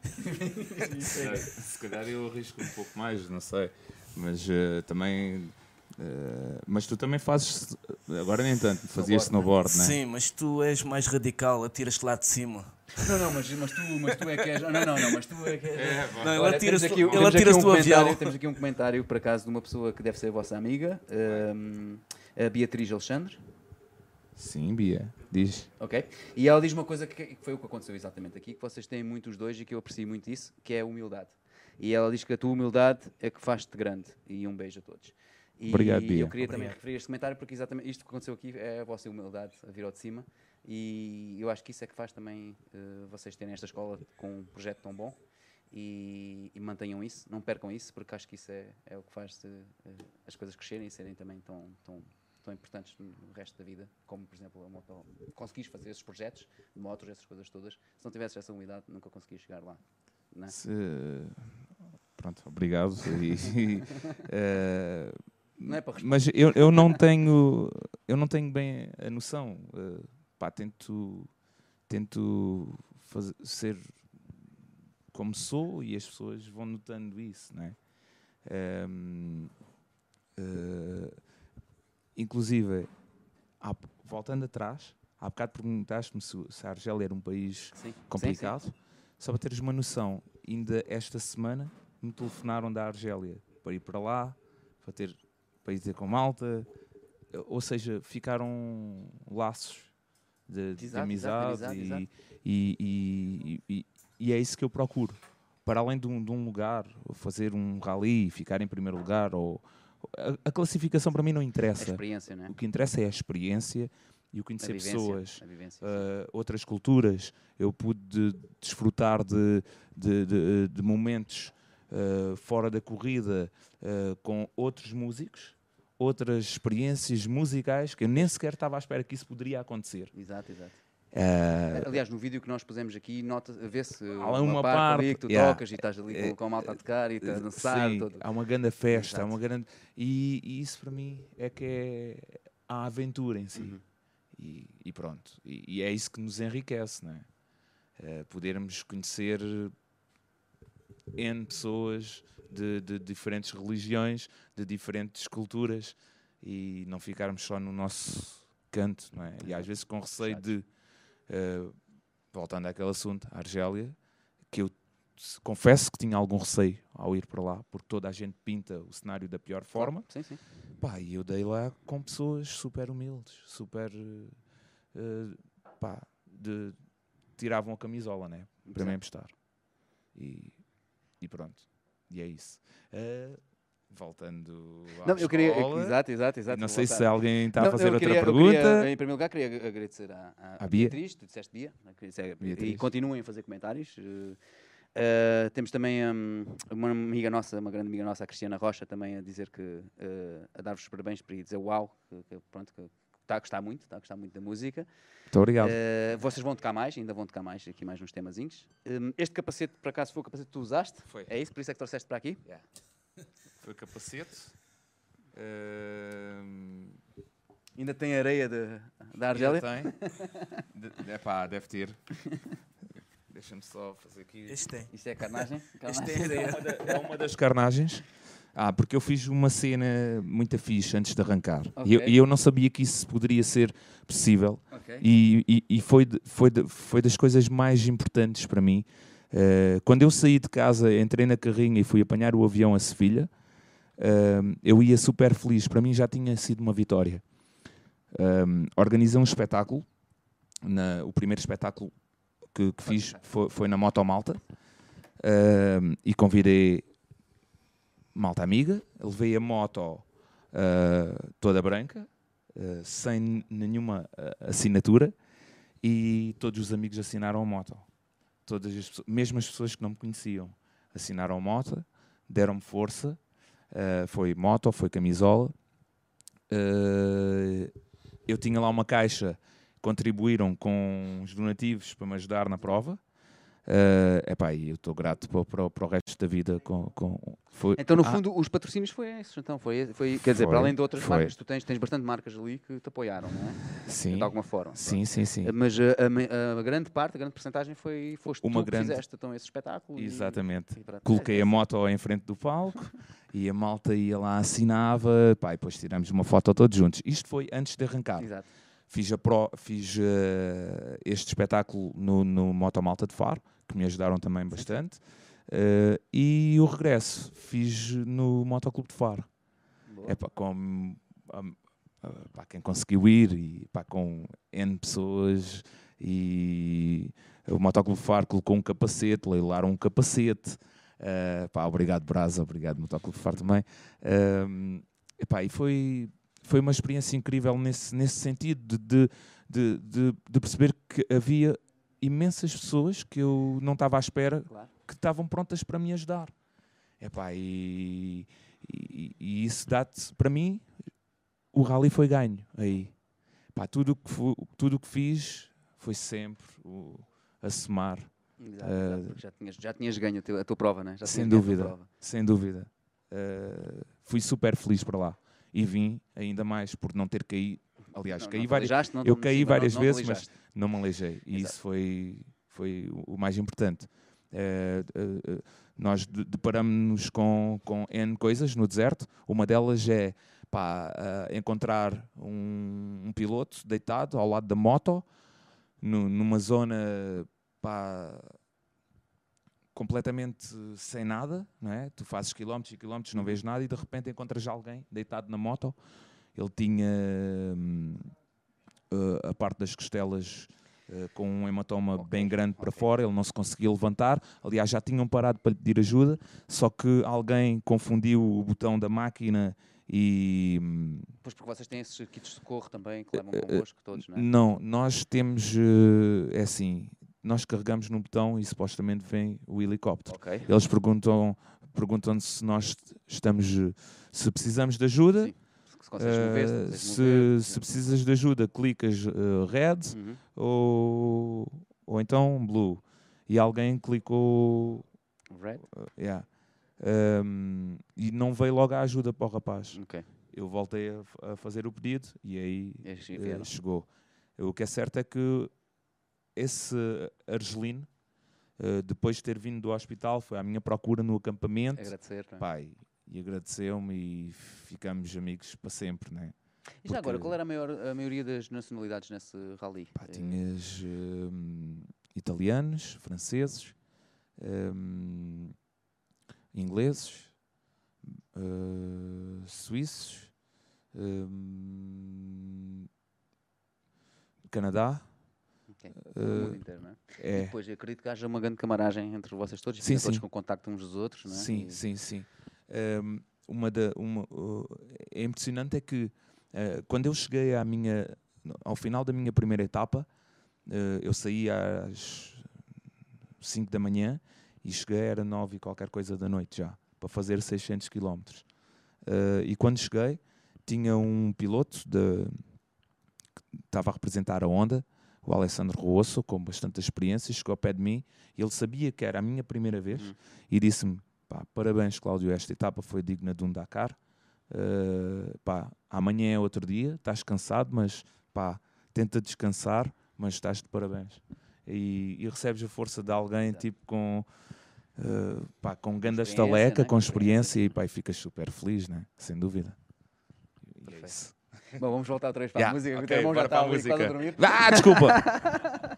D: Se calhar eu arrisco um pouco mais, não sei. Mas também... mas tu também fazes... Agora nem tanto. Fazias snowboard, não é?
F: Sim, mas tu és mais radical. Atiras-te lá de cima.
A: Não, mas tu é que és... Não, mas tu é que és...
F: Não, ele
A: Olha,
F: atira-se
A: temos
F: do avião.
A: Temos aqui um comentário, por acaso, de uma pessoa que deve ser a vossa amiga, a Beatriz Alexandre.
D: Sim, Bia. Diz.
A: Ok. E ela diz uma coisa que foi o que aconteceu exatamente aqui, que vocês têm muito os dois e que eu aprecio muito isso, que é a humildade. E ela diz que a tua humildade é que faz-te grande. E um beijo a todos. E
D: obrigado, Bia.
A: eu queria também referir este comentário porque exatamente isto que aconteceu aqui é a vossa humildade a vir ao de cima. E eu acho que isso é que faz também vocês terem esta escola com um projeto tão bom e mantenham isso, não percam isso, porque acho que isso é o que faz as coisas crescerem e serem também tão importantes no resto da vida, como por exemplo a moto. Conseguis fazer esses projetos de motos, essas coisas todas. Se não tivesses essa humildade, nunca conseguias chegar lá. Não é?
D: Pronto, obrigado.
A: Não é para responder.
D: Mas eu não tenho bem a noção. Tento ser como sou e as pessoas vão notando isso, não é? Inclusive, voltando atrás, há bocado perguntaste-me se a Argélia era um país complicado. Sim. Só para teres uma noção, ainda esta semana me telefonaram da Argélia para ir para lá, para ir ter com malta, ou seja, ficaram laços de amizade.
A: Exato.
D: E é isso que eu procuro. Para além de um lugar, fazer um rally, ficar em primeiro lugar, ou a classificação para mim não
A: A
D: interessa.
A: experiência, não é?
D: O que interessa é a experiência e o
A: A
D: conhecer
A: vivência,
D: pessoas,
A: a vivência.
D: outras culturas. Eu pude desfrutar de momentos fora da corrida com outros músicos, outras experiências musicais que eu nem sequer estava à espera que isso poderia acontecer.
A: Exato, exato.
D: Eh,
A: Aliás, no vídeo que nós pusemos aqui, vê-se
D: Há lá
A: uma
D: uma
A: parte
D: parte,
A: ali que tu
D: yeah.
A: tocas e estás ali com a malta a tocar e a dançar.
D: Sim,
A: Todo.
D: há uma grande festa, há
A: Exato.
D: uma grande... E isso para mim é que é a aventura em si.
A: Uhum.
D: E pronto. E é isso que nos enriquece, não é? Podermos conhecer N pessoas de diferentes religiões, de diferentes culturas e não ficarmos só no nosso canto, não é? E às vezes com receio de, voltando àquele assunto, a Argélia, que eu confesso que tinha algum receio ao ir para lá, porque toda a gente pinta o cenário da pior forma.
A: Sim, sim.
D: Pá, e eu dei lá com pessoas super humildes, super... pá, tiravam a camisola, né? Para me emprestar. E pronto. E é isso. Voltando à
A: Não, eu queria.
D: escola,
A: Exato.
D: não
A: vou
D: sei se
A: voltar.
D: alguém está a
A: Não,
D: fazer
A: eu
D: outra
A: queria- eu
D: pergunta.
A: queria, em primeiro lugar, queria agradecer à
D: Bia?
A: Beatriz, tu disseste Bia, e
D: Beatriz.
A: continuem a fazer comentários. Temos também uma amiga nossa, uma grande amiga nossa, a Cristiana Rocha, também a dizer que, a dar-vos os parabéns para ir dizer uau, pronto, que está a gostar muito, da música.
D: Muito obrigado.
A: Vocês vão tocar mais, ainda vão tocar mais, aqui mais uns temazinhos. Este capacete, por acaso, foi o capacete que tu usaste?
D: Foi.
A: É isso? Por isso é que trouxeste para aqui?
D: Foi capacete.
A: Ainda tem areia da Argélia?
D: Tem. Epá, deve ter. Deixa-me só fazer aqui.
F: Este tem.
A: Isso é carnagem?
F: Este tem areia.
D: É uma das carnagens. Porque eu fiz uma cena muito fixe antes de arrancar.
A: Ok.
D: E eu não sabia que isso poderia ser possível.
A: Ok.
D: E foi das coisas mais importantes para mim. Quando eu saí de casa, entrei na carrinha e fui apanhar o avião a Sevilha, eu ia super feliz. Para mim já tinha sido uma vitória. Organizei um espetáculo. O primeiro espetáculo que fiz foi na Moto Malta. E convidei malta amiga. Levei a moto toda branca, sem nenhuma assinatura. E todos os amigos assinaram a moto. Todas as pessoas, mesmo as pessoas que não me conheciam, assinaram a moto, deram-me força. Foi moto, foi camisola. Eu tinha lá uma caixa, contribuíram com os donativos para me ajudar na prova. E eu estou grato para o resto da vida.
A: Então, no fundo, os patrocínios foi isso. Então, quer dizer, para além de outras
D: foi.
A: marcas, tu tens bastante marcas ali que te apoiaram, não é?
D: Sim,
A: De alguma forma.
D: sim.
A: Mas a grande parte, a grande porcentagem foste
D: Uma
A: tu que
D: grande-
A: fizeste então, esse espetáculo.
D: Exatamente.
A: E pronto.
D: Coloquei a moto em frente do palco e a malta ia lá, assinava, e depois tiramos uma foto todos juntos. Isto foi antes de arrancar.
A: Exato.
D: Fiz este espetáculo no Moto Malta de Faro, que me ajudaram também bastante. E o regresso fiz no Motoclube de Faro.
A: Boa.
D: Para quem conseguiu ir, e com N pessoas, e o Motoclube de Faro colocou um capacete, leilaram um capacete. Obrigado Brasa, obrigado Motoclube de Faro também. E foi uma experiência incrível nesse sentido de perceber que havia imensas pessoas que eu não estava à espera,
A: Claro.
D: que estavam prontas para me ajudar. E isso dá-te, para mim, o rally foi ganho aí. Tudo o que fiz foi sempre a somar.
A: Exato, porque já tinhas ganho a tua prova, não é? Já
D: Sem
A: tinhas ganho a tua
D: dúvida,
A: prova.
D: sem dúvida. Fui super feliz para lá. E vim ainda mais por não ter caído. Aliás,
A: Não
D: caí
A: te
D: várias
A: aleijaste, não-
D: eu
A: não-
D: caí
A: não-
D: várias
A: não te
D: vezes, mas
A: aleijaste.
D: não me aleijei. E
A: Exato.
D: isso foi o mais importante. Nós deparamos-nos com N coisas no deserto. Uma delas é encontrar um piloto deitado ao lado da moto, numa zona completamente sem nada, não é? Tu fazes quilómetros e quilómetros, não vês nada e de repente encontras alguém deitado na moto. Ele tinha a parte das costelas com um hematoma bem grande para fora, ele não se conseguia levantar. Aliás, já tinham parado para lhe pedir ajuda, só que alguém confundiu o botão da máquina e...
A: Pois porque vocês têm esses kits de socorro também que levam convosco todos, não é?
D: Não, nós temos, é assim, nós carregamos no botão e supostamente vem o helicóptero.
A: Ok.
D: Eles perguntam-nos se nós estamos, se precisamos de ajuda.
A: Sim. Se consegues mover,
D: se precisas de ajuda, clicas red ou então blue. E alguém clicou
A: Red?
D: yeah. E não veio logo a ajuda para o rapaz.
A: Ok.
D: Eu voltei a fazer o pedido e aí
A: Vieram.
D: chegou. O que é certo é que esse argelino, depois de ter vindo do hospital, foi à minha procura no acampamento.
A: Agradecer, não é?
D: Pai, e agradeceu-me e ficamos amigos para sempre, né?
A: E já agora, qual era a maioria das nacionalidades nesse rally?
D: Pá, tinhas italianos, franceses, ingleses, suíços, Canadá.
A: Okay. O mundo inteiro, não é?
D: É.
A: E depois, eu acredito que haja uma grande camaragem entre vocês todos,
D: Sim,
A: todos
D: sim.
A: com contacto uns dos outros, não é?
D: Sim,
A: E-
D: sim, sim. É impressionante é que quando eu cheguei ao final da minha primeira etapa, eu saí às 5 da manhã e cheguei, era 9 e qualquer coisa da noite já, para fazer 600 km. E quando cheguei, tinha um piloto que estava a representar a Honda, o Alessandro Rosso, com bastante experiência, chegou ao pé de mim e ele sabia que era a minha primeira vez e disse-me: pá, parabéns, Cláudio, esta etapa foi digna de um Dakar. Pá, amanhã é outro dia, estás cansado, mas pá, tenta descansar, mas estás de parabéns. E recebes a força de alguém tipo com ganda
A: experiência,
D: estaleca,
A: né?
D: com experiência e pá, e ficas super feliz, né? Sem dúvida. E é
A: Perfeito.
D: isso.
A: Bom, vamos voltar outra vez para a
D: Yeah,
A: música,
D: ok,
A: o teu irmão já
D: bora para
A: está
D: a
A: ali quase a
D: música.
A: dormir.
D: Desculpa!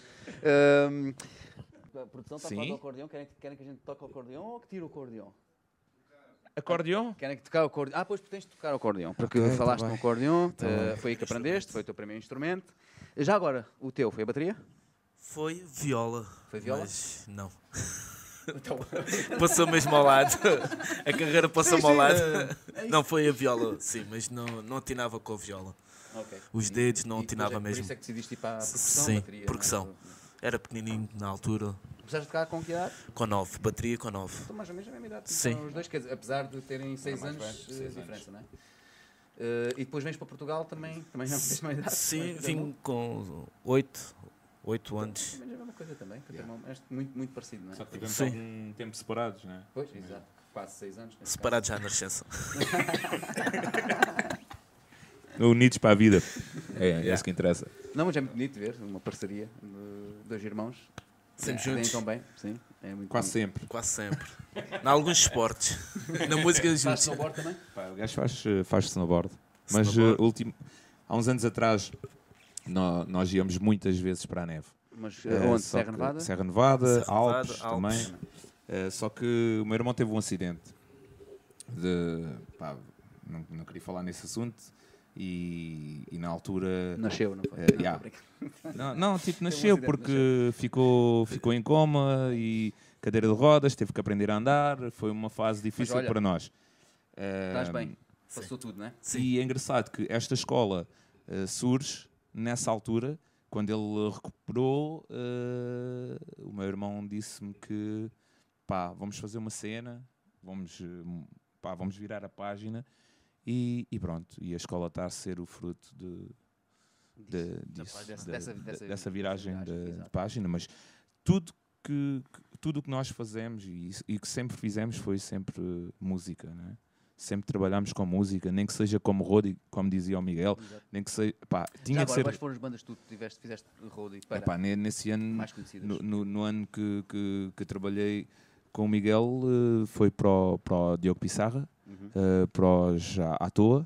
A: A produção está a
D: Sim.
A: falar do acordeão, querem que a gente toque o acordeão ou que tire o acordeão?
D: Acordeão?
A: Querem que tocar o acordeão? Ah, pois tu tens de tocar o acordeão, porque
D: Ok, tá
A: falaste
D: bem.
A: no acordeão,
D: Tá bem.
A: foi aí que aprendeste, foi o teu primeiro instrumento. Já agora, o teu foi a bateria?
F: Foi viola.
A: Foi viola?
F: Mas não.
A: Então,
F: Passou mesmo ao lado. A carreira passou-me ao lado. Não foi a viola, sim, mas não atinava com a viola.
A: ok.
F: Os dedos não
A: E depois
F: atinava
A: por
F: mesmo.
A: isso é que decidiste ir para a percussão,
F: Sim,
A: bateria,
F: percussão.
A: não é?
F: Era pequenininho na altura.
A: Começaste a tocar com que idade?
F: Com 9, bateria com 9.
A: Estão mais ou menos a mesma idade.
F: Sim.
A: São os dois, quer dizer, apesar de terem 6
D: mais
A: anos
D: velhos,
A: de
D: 6
A: diferença, não é? E depois vens para Portugal também é a mesma idade?
F: Sim,
A: Mas,
F: vim com 8 anos.
A: Mas é a mesma coisa também, que o teu irmão é muito, muito parecido, não é?
D: Só que tivemos
F: Sim.
D: algum tempo separados, né?
A: Pois, exato. Quase 6 anos. neste
F: Separados já na nascença.
D: Unidos para a vida. É isso que interessa.
A: caso. Não, mas é muito bonito ver uma parceria de dois irmãos.
F: Sempre
A: Vêm
F: juntos.
A: tão bem, sim. É muito
D: Quase
A: bonito.
D: sempre.
F: Quase sempre. Em alguns esportes. Na música
A: Faz
F: juntos.
A: snowboard também?
D: Pá, o gajo faz snowboard. Mas
F: Snowboard.
D: há uns anos atrás nós íamos muitas vezes para a neve.
A: Mas onde?
D: Só
A: Serra
D: que-
A: Nevada?
D: Serra Nevada,
F: Serra Nevada,
D: Alpes
F: Alpes.
D: também. Só que o meu irmão teve um acidente. Não queria falar nesse assunto. E na altura.
A: Nasceu, não foi?
D: Yeah. Não, tipo,
A: um
D: nasceu
A: acidente,
D: porque ficou em coma e cadeira de rodas, teve que aprender a andar. Foi uma fase difícil
A: olha,
D: para nós.
A: Estás bem. Passou tudo, não é?
F: Sim.
D: E é engraçado que esta escola surge nessa altura, quando ele recuperou. O meu irmão disse-me que pá, vamos fazer uma cena, vamos virar a página e pronto. E a escola está a ser o fruto dessa viragem de
A: exato.
D: página. Mas tudo o que nós fazemos e que sempre fizemos foi sempre música, não é? Sempre trabalhámos com música, nem que seja como roadie, como dizia o Miguel,
A: Exato.
D: nem que seja, pá,
A: Já
D: tinha que
A: agora,
D: ser.
A: quais foram as bandas que tu fizeste roadie para
D: Epá, nesse ano,
A: mais conhecidas?
D: no ano que trabalhei com o Miguel, foi para o Diogo Pissarra,
A: Uhum.
D: para os à toa,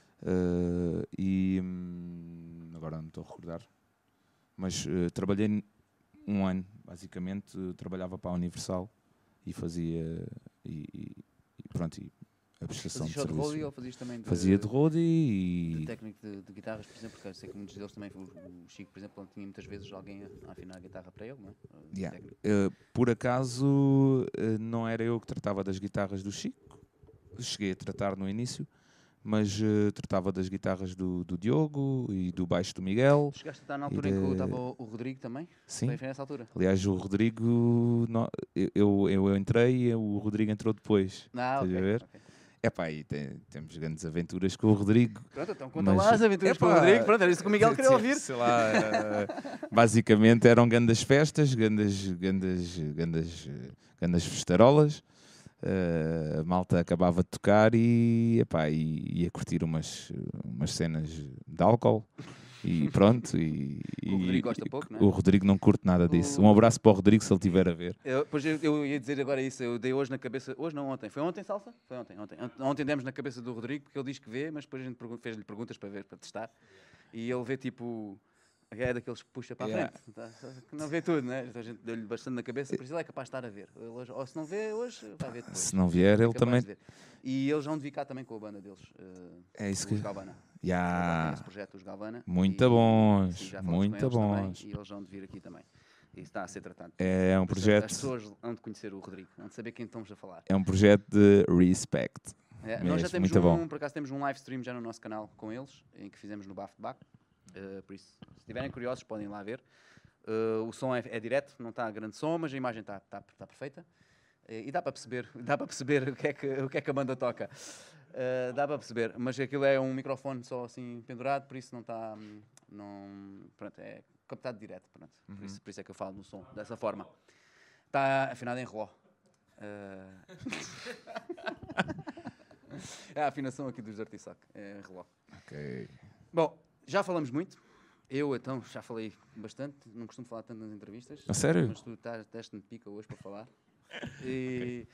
D: e agora não estou a recordar, mas trabalhei um ano, basicamente, trabalhava para a Universal e fazia, e pronto, e a prestação
A: Fazias
D: de
A: só de
D: serviço.
A: roadie ou fazias também de...
D: Fazia de roadie
A: de
D: e...
A: técnico de guitarras, por exemplo, porque eu sei que muitos deles também, o Chico, por exemplo, tinha muitas vezes alguém a afinar a guitarra para ele, não é?
D: Yeah.
A: Técnico.
D: Por acaso, não era eu que tratava das guitarras do Chico. Cheguei a tratar no início, mas tratava das guitarras do Diogo e do baixo do Miguel.
A: Chegaste a estar na altura em que estava o Rodrigo também?
D: Sim.
A: Foi nessa altura?
D: Aliás, o Rodrigo... Eu entrei e o Rodrigo entrou depois.
A: Ah,
D: Estás
A: ok.
D: a ver?
A: Ok.
D: Epá, e temos grandes aventuras com o Rodrigo.
A: Pronto, então conta
D: Mas-
A: lá as aventuras com o
D: Epá,
A: Rodrigo. Pronto, era isso que o Miguel queria ouvir.
D: Sei lá, basicamente eram grandes festas, grandes festarolas. A malta acabava de tocar e ia curtir umas cenas de álcool. E pronto.
A: O Rodrigo gosta pouco, não é?
D: O Rodrigo não curte nada disso. Um abraço para o Rodrigo se ele estiver a ver.
A: Pois eu ia dizer agora isso, eu dei hoje na cabeça, hoje não, ontem. Foi ontem, Salsa? Foi ontem. Ontem demos na cabeça do Rodrigo, porque ele diz que vê, mas depois a gente fez-lhe perguntas para ver, para testar. E ele vê tipo, é daqueles que puxa para a
D: Yeah.
A: frente. Que não vê tudo, né? Então a gente deu-lhe bastante na cabeça, por isso ele é capaz de estar a ver. Ele hoje, ou se não vê hoje, vai ver depois.
D: Se não vier, ele
A: Capaz
D: também.
A: de ver. E eles vão de vir cá também com a banda deles.
D: É isso
A: os
D: que.
A: Galvana.
D: Ya,
A: Esse projeto, os Galvana.
D: muito
A: E-
D: bons,
A: sim, já falamos com
D: muito
A: eles também,
D: bons.
A: e eles vão de vir aqui também. E está a ser tratado.
D: É um
A: Por isso,
D: projeto.
A: As pessoas hão de conhecer o Rodrigo, hão de saber quem estamos a falar.
D: É um projeto de respect.
A: É,
D: Mesmo,
A: nós já temos
D: muito bom.
A: por acaso temos um live stream já no nosso canal com eles, em que fizemos no Bafo de Baco. Por isso, se estiverem curiosos, podem ir lá ver. O som é direto, não está grande som, mas a imagem está perfeita. E dá para perceber o que é que a banda toca. Dá para perceber, mas aquilo é um microfone só assim pendurado, por isso não está. Pronto, é captado direto. Pronto. Por isso é que eu falo no som dessa forma. Está afinado em reló. É a afinação aqui dos Dirty Sock, é reló.
D: Ok.
A: Bom, já falamos muito. Eu, então, já falei bastante. Não costumo falar tanto nas entrevistas.
D: A sério?
A: Mas tu deste-me pica hoje para falar. E,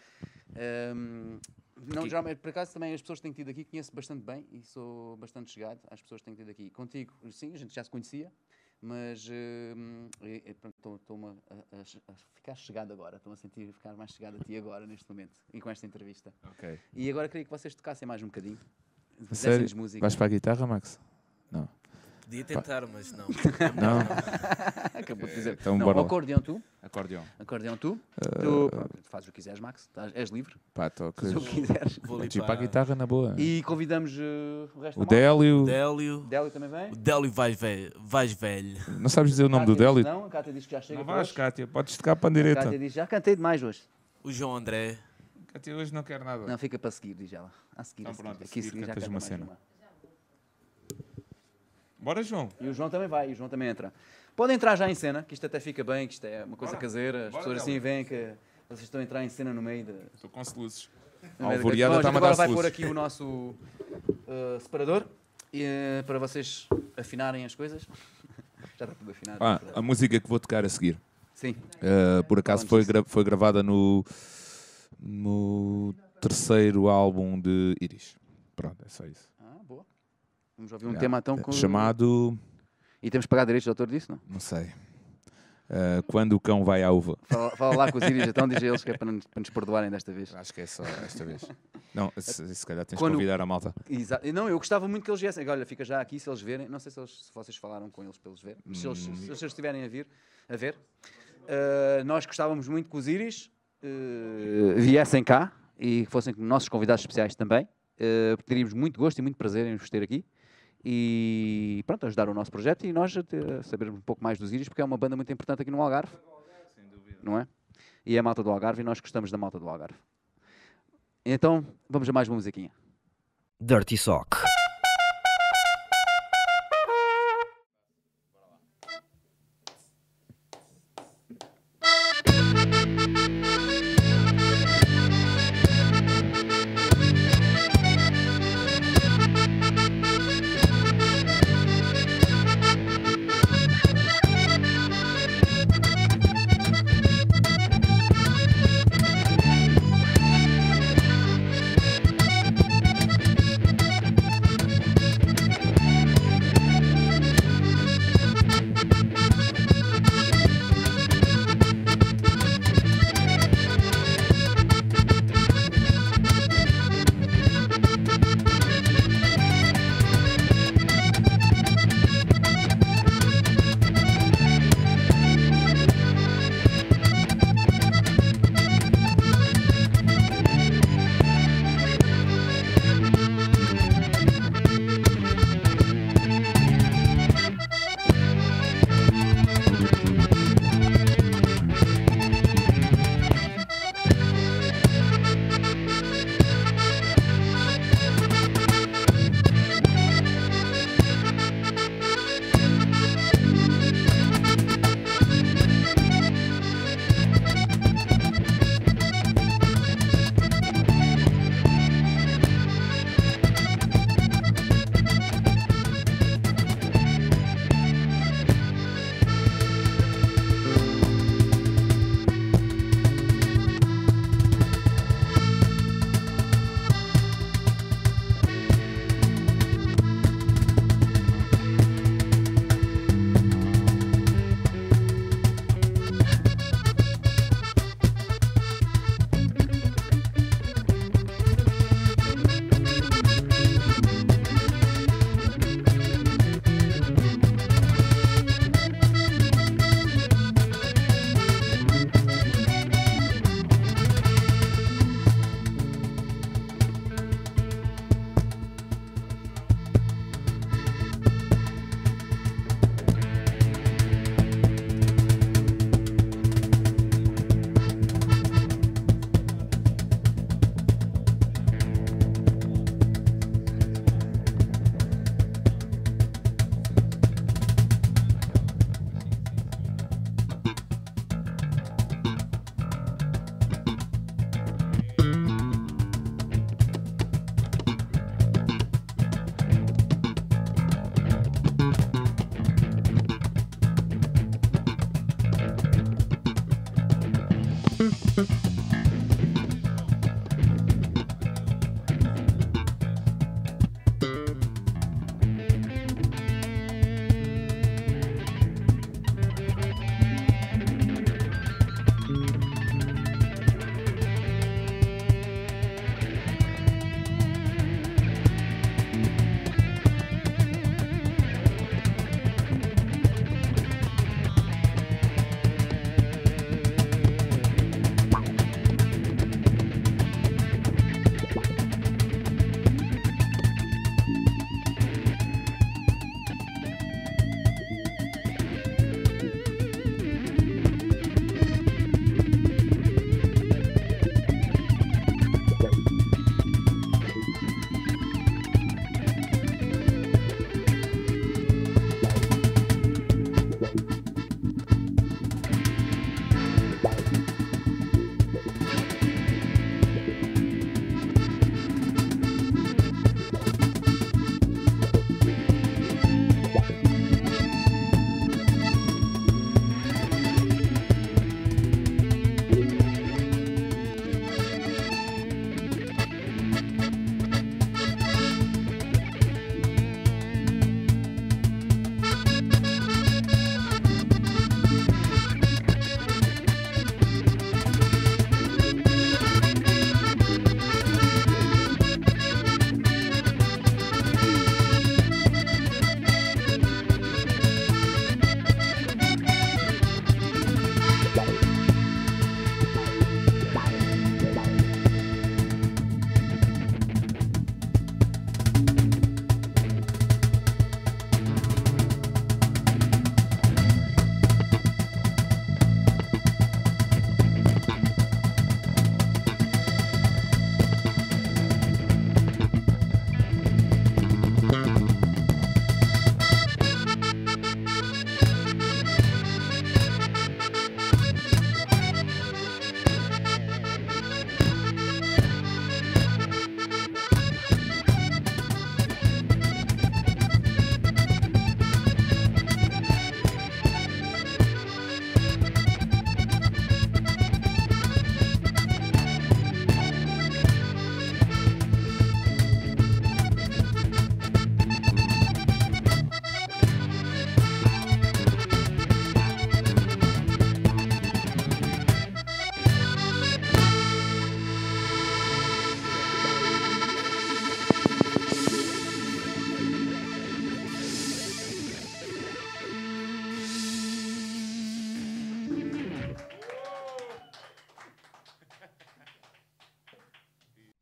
A: não, geralmente, por acaso, também as pessoas que têm tido aqui conheço bastante bem e sou bastante chegado às pessoas que têm tido aqui. Contigo, sim, a gente já se conhecia, mas estou-me a ficar chegado agora. Estou-me a sentir ficar mais chegado a ti agora, neste momento, e com esta entrevista.
D: Ok.
A: E agora queria que vocês tocassem mais um bocadinho.
D: A sério?
A: Dessem-nos música.
D: Vais para a guitarra, Max? Não.
F: Podia tentar, mas não.
D: Não?
A: Acabou de dizer.
D: Então
A: Não,
D: bora lá.
A: acordeão tu.
D: Acordeão.
A: Acordeão tu. Tu fazes o que quiseres, Max. És livre.
D: Pá, tocas.
A: Fazes o que quiseres.
F: Vou ali
D: Podes ir para a guitarra na boa.
A: E convidamos o resto
D: O
A: da malta.
D: Délio.
F: Délio.
A: Délio também vem.
F: O Délio vais velho.
D: Não sabes dizer o nome do
A: Cátia
D: Délio?
A: diz Não, a Cátia diz que já chega.
D: Não
A: por
D: vais,
A: hoje.
D: Cátia. Podes tocar para a
A: A
D: direita.
A: Cátia diz já cantei demais hoje.
F: O João André.
D: Cátia hoje não quer nada.
A: Não, fica para seguir, diz ela. A seguir,
D: Então
A: a seguir.
D: pronto, a
A: Aqui
D: seguir
A: já
D: cantas
A: canta
D: uma
A: mais
D: cena.
A: uma.
D: Bora, João.
A: E o João também vai, e o João também entra. Podem entrar já em cena, que isto até fica bem, que isto é uma coisa
D: Bora.
A: caseira. As
D: Bora,
A: pessoas assim
D: Délio.
A: veem que vocês estão a entrar em cena no meio de...
D: Estou com luzes.
A: A
D: A alvoriada está-me a
A: agora
D: dar
A: vai pôr
D: luzes.
A: aqui o nosso separador e, para vocês afinarem as coisas. Já está tudo afinado.
D: A música que vou tocar a seguir.
A: Sim.
D: Por acaso foi gravada no terceiro álbum de Iris. Pronto, é só isso.
A: Boa. Vamos ouvir um tema então com...
D: Chamado,
A: E temos que pagar direitos de autor disso, não?
D: não sei, Quando o Cão Vai à Uva.
A: Fala lá com os Iris, então diz a eles que é para nos perdoarem desta vez.
D: Acho que é só esta vez. Não, se calhar tens
A: Quando-
D: de convidar a malta.
A: Não, eu gostava muito que eles viessem. Olha, fica já aqui, se eles verem. Não sei se vocês falaram com eles para eles verem. Se eles estiverem a ver. Nós gostávamos muito que os Iris viessem cá e que fossem nossos convidados especiais também. Teríamos muito gosto e muito prazer em vos ter aqui. E pronto, ajudar o nosso projeto e nós a sabermos um pouco mais dos Iris, porque é uma banda muito importante aqui no Algarve. Não é? E é a malta do Algarve e nós gostamos da malta do Algarve. Então, vamos a mais uma musiquinha.
C: Dirty Sock.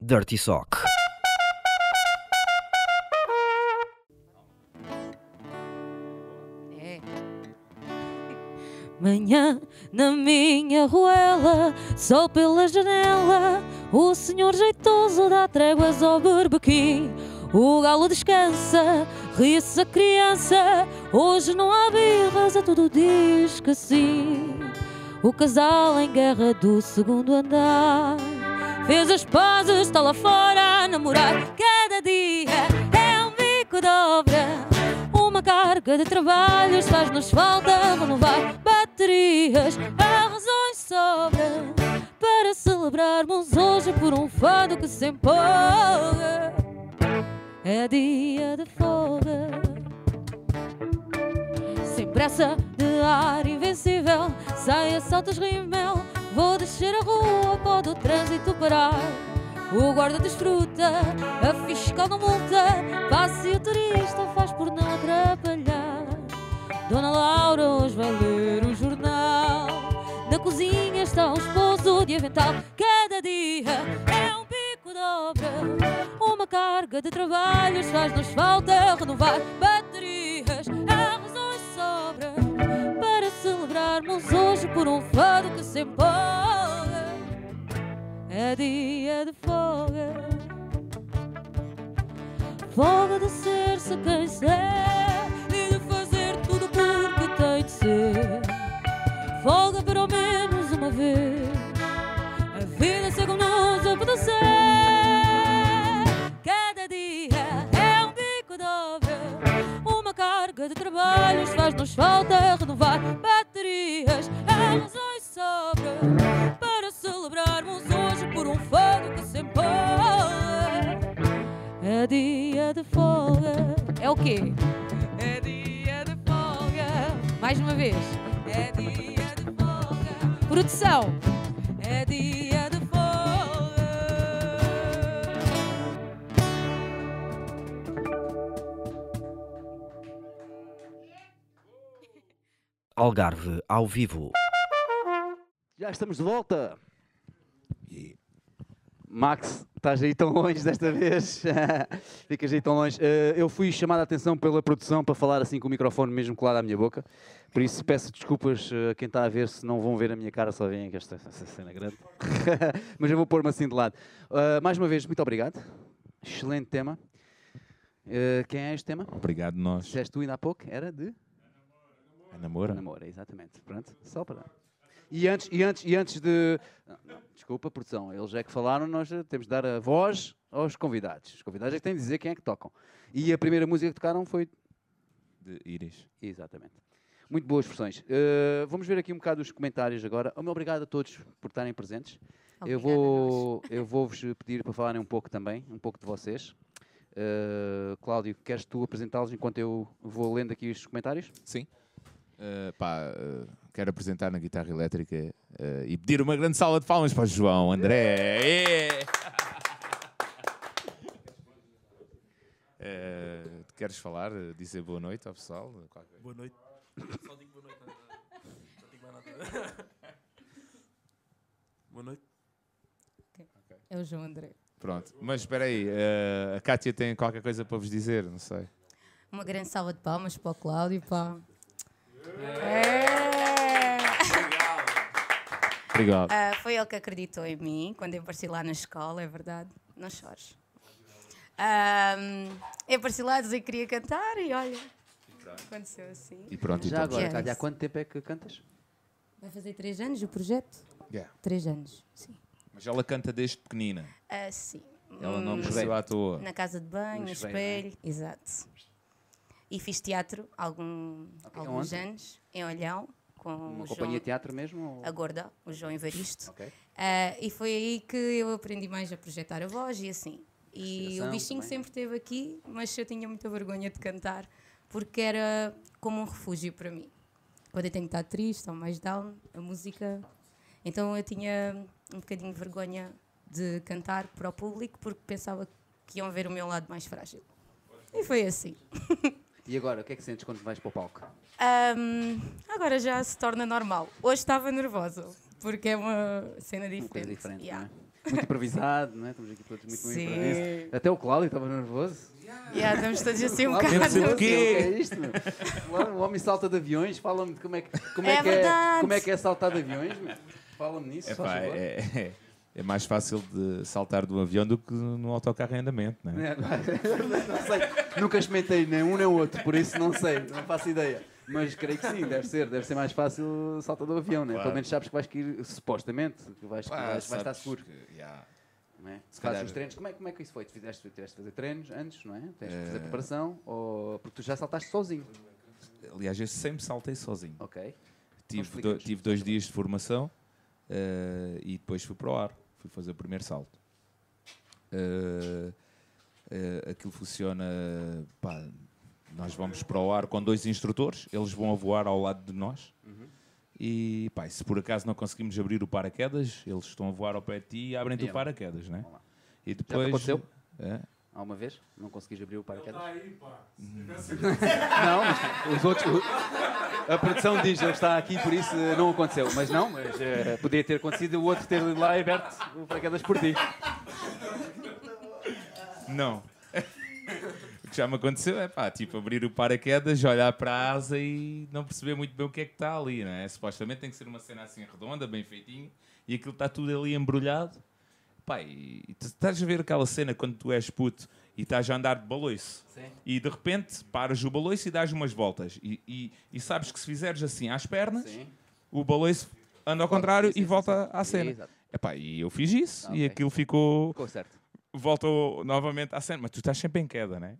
C: Dirty Sock.
E: Manhã na minha ruela, sol pela janela, o senhor jeitoso dá tréguas ao berbequim. O galo descansa, ri-se a criança, hoje não há birras, a tudo diz que sim. O casal em guerra do segundo andar fez as pazes, está lá fora a namorar. Cada dia é um bico de obra, uma carga de trabalhos, faz-nos falta renovar baterias. Há razões sobra para celebrarmos hoje por um fado que se empolga. É dia de folga, sem pressa de ar invencível, sai a saltos rímel. Vou descer a rua, pode o trânsito parar. O guarda desfruta, a fiscal não multa, passe o turista faz por não atrapalhar. Dona Laura hoje vai ler o jornal, na cozinha está um esposo de avental. Cada dia é um pico de obra, uma carga de trabalhos, faz-nos falta renovar baterias. Há razões de sobra para celebrarmos hoje por um fado que se empolga. É dia de folga, folga de ser-se quem se é e de fazer tudo porque tem de ser. Folga pelo menos uma vez, a vida ser como nos apetecer. Cada dia é um bico de obra, uma carga de trabalhos, faz-nos falta renovar baterias. Há razões de sobra para celebrarmos hoje por um fado que se empolga. É dia de folga. É o quê? É dia de folga. Mais uma vez. É dia de folga. Produção. É dia de folga.
C: Algarve ao vivo.
A: Já estamos de volta. Max, estás aí tão longe desta vez. Ficas aí tão longe. Eu fui chamado a atenção pela produção para falar assim com o microfone mesmo colado à minha boca. Por isso peço desculpas a quem está a ver, se não vão ver a minha cara, só veem esta cena grande. Mas eu vou pôr-me assim de lado. Mais uma vez, muito obrigado. Excelente tema. Quem é este tema?
D: Obrigado, nós.
A: Disseste tu ainda há pouco? Era de?
D: Namora?
A: Namora, exatamente. Pronto, só para... E antes de... Não, desculpa, produção, eles é que falaram, nós temos de dar a voz aos convidados. Os convidados é que têm de dizer quem é que tocam. E a primeira música que tocaram foi...
D: De Iris.
A: Exatamente. Muito boas versões. Vamos ver aqui um bocado os comentários agora. Obrigado a todos por estarem presentes. Eu vou-vos pedir para falarem um pouco também, um pouco de vocês. Cláudio, queres tu apresentá-los enquanto eu vou lendo aqui os comentários?
D: Sim. Quero apresentar na guitarra elétrica e pedir uma grande salva de palmas para o João André. Queres falar, dizer boa noite ao pessoal?
F: Boa noite. Só digo boa noite, não digo mais nada. Boa noite.
E: É o João André.
D: Pronto, mas espera aí, a Kátia tem qualquer coisa para vos dizer, não sei.
E: Uma grande salva de palmas para o Cláudio, pá.
D: Obrigado.
G: Foi ele que acreditou em mim quando eu apareci lá na escola, é verdade. Não chores. Eu apareci lá a dizer que queria cantar e olha, aconteceu assim.
D: E pronto,
A: Já
D: então.
A: agora,
G: é
A: Cátia, há
G: isso.
A: quanto tempo é que cantas?
E: Vai fazer 3 anos o projeto?
D: Yeah.
E: 3 anos, sim.
D: Mas ela canta desde pequenina.
G: Sim.
D: Ela não nasceu à toa.
G: Na casa de banho,
A: No
G: no
A: espelho,
G: espelho, exato. E fiz teatro alguns
A: onde?
G: anos, em Olhão, com
A: Uma
G: o
A: companhia
G: João,
A: de teatro mesmo? Ou...
G: a Gorda, o João Evaristo.
A: Ok.
G: E foi aí que eu aprendi mais a projetar a voz e assim. E
A: Respiração
G: o bichinho
A: também.
G: sempre esteve aqui, mas eu tinha muita vergonha de cantar, porque era como um refúgio para mim. Quando eu tenho que estar triste ou mais down, a música... Então eu tinha um bocadinho de vergonha de cantar para o público, porque pensava que iam ver o meu lado mais frágil. E foi assim.
A: E agora, o que é que sentes quando vais para o palco?
G: Agora já se torna normal. Hoje estava nervosa, porque é uma cena
A: Uma
G: diferente.
A: coisa diferente,
G: Yeah.
A: não muito improvisado, não é? Estamos aqui todos muito
G: Sim.
A: improvisados. Até o Cláudio estava nervoso.
G: Estamos todos assim um
A: Cláudio,
G: bocado.
A: não sei o que é isto, meu. O homem salta de aviões, fala-me de como é
G: verdade.
A: que é saltar de aviões, meu. Fala-me nisso,
D: Epá,
A: faz favor.
D: é mais fácil de saltar do avião do que no autocarro em andamento, não é?
A: Não sei, nunca experimentei nem um nem outro, por isso não sei, não faço ideia. Mas creio que sim, deve ser mais fácil saltar do avião, né?
D: Claro.
A: Pelo menos sabes que vais cair, supostamente, que vais estar seguro. Não é? Se fazes
D: calhar-
A: os treinos, como é que isso foi? Tiveste de fazer treinos antes, não é? Tens de fazer preparação, ou porque tu já saltaste sozinho?
D: Aliás, eu sempre saltei sozinho.
A: Ok.
D: Tive 2 dias de formação e depois fui para o ar. Fui fazer o primeiro salto. Aquilo funciona... Pá, nós vamos para o ar com 2 instrutores. Eles vão a voar ao lado de nós. E pá, se por acaso não conseguimos abrir o paraquedas, eles estão a voar ao pé de ti e abrem-te o paraquedas, né?
A: Vamos lá.
D: E
A: Já te
D: depois...
A: aconteceu?
D: É.
A: Há uma vez? Não conseguis abrir o paraquedas?
H: Aí, pá.
A: Não, mas os outros... A produção diz, ele está aqui, por isso não aconteceu. Mas não, podia ter acontecido o outro ter lá aberto o paraquedas por ti.
D: Não. O que já me aconteceu é pá, tipo, abrir o paraquedas, olhar para a asa e não perceber muito bem o que é que está ali, não é? Supostamente tem que ser uma cena assim redonda, bem feitinho, e aquilo está tudo ali embrulhado. Pá, e tu estás a ver aquela cena quando tu és puto e estás a andar de baloiço.
A: Sim.
D: E de repente paras o baloiço e dás umas voltas. E sabes que se fizeres assim às pernas,
A: Sim.
D: o baloiço anda ao contrário e volta à cena.
A: Exato.
D: Epá, e eu fiz isso
A: Ok.
D: e aquilo ficou...
A: Ficou certo.
D: Voltou novamente à cena, mas tu estás sempre em queda, não é?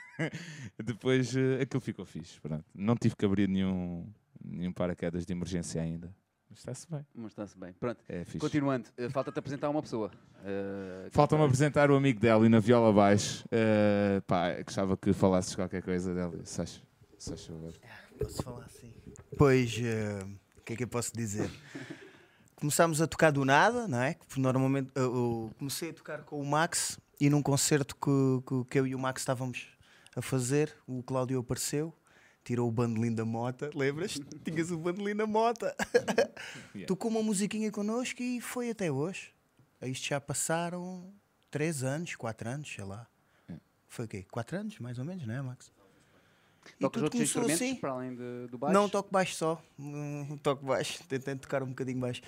D: Depois aquilo ficou fixe. Pronto. Não tive que abrir nenhum paraquedas de emergência ainda. Mas está-se bem.
A: Mas está-se bem. Pronto.
D: É fixe.
A: Continuando, falta-te apresentar uma pessoa.
D: Falta-me apresentar o amigo dela na viola baixo. Pá, gostava que falasses qualquer coisa dela. Se faz favor.
I: Posso falar assim? Pois, o que é que eu posso dizer? Começámos a tocar do nada, não é? Porque normalmente eu comecei a tocar com o Max e num concerto que eu e o Max estávamos a fazer, o Cláudio apareceu, tirou o bandolim da Mota, lembras? Tinhas o bandolim da Mota.
D: Yeah.
I: Tocou uma musiquinha connosco e foi até hoje. Isto já passaram 3 anos, 4 anos, sei lá. Foi o quê? 4 anos, mais ou menos, não é, Max? E
A: Tocas
I: tudo
A: outros
I: começou
A: instrumentos
I: assim.
A: para além do baixo?
I: Não, toco baixo só. Toco baixo. Tentei tocar um bocadinho baixo.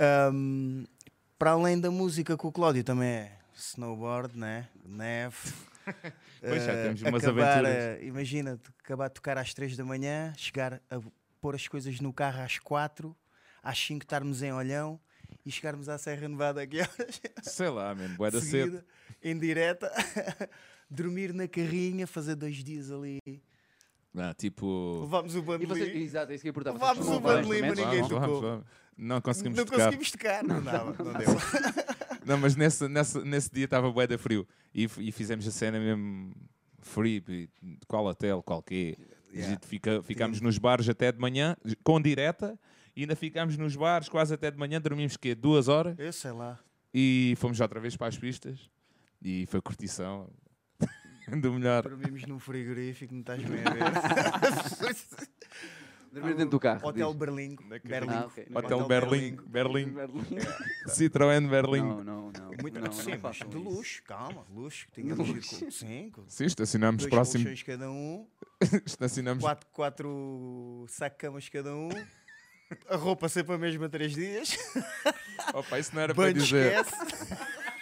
I: Para além da música com o Cláudio também é snowboard, né? Neve.
D: Pois já temos umas
I: acabar,
D: aventuras.
I: imagina, acabar de tocar às 3 da manhã, chegar a pôr as coisas no carro às 4, às 5 estarmos em Olhão e chegarmos à Serra Nevada aqui horas.
D: Sei lá, mano. Bué da cedo.
I: Seguida, em direta. Dormir na carrinha, fazer 2 dias ali.
D: Tipo...
I: Levámos o
A: E
I: bandolim.
A: vocês, exato, é isso que eu ia perguntar.
I: Levámos
A: Vocês
I: o
A: costumam levar
I: bandolim, mas
A: instrumentos?
I: ninguém
D: Vamos,
I: tocou.
D: vamos. Não conseguimos
I: Não
D: tocar.
I: conseguimos tocar, não dava, não deu.
D: Não, mas nesse dia estava bué da frio. E fizemos a cena mesmo free, qual hotel, qual quê.
I: Yeah.
D: Ficámos nos bares até de manhã, com direta, e ainda ficámos nos bares quase até de manhã, dormimos quê? 2 horas,
I: Eu sei lá.
D: e fomos outra vez para as pistas, e foi curtição do melhor.
I: Dormimos num frigorífico, não estás bem a ver.
A: Dormir dentro do carro.
I: Hotel
A: diz.
I: Berlim. Berlim.
A: Ah, ok.
D: Hotel Berlim. Citroën Berlim.
A: Não.
I: Muito
A: não,
I: sim,
A: não
I: mas
A: façam
I: de
A: isso.
I: luxo, calma, luxo. Tínhamos
A: Luxo.
I: 5,
D: Sim, estacionámos
I: 2
D: próximo.
I: colchões cada um,
D: Estacionámos
I: 4 saco-camas cada um, a roupa sempre a mesma 3 dias,
D: Opa, isso não era para
I: banho
D: dizer.
I: esquece.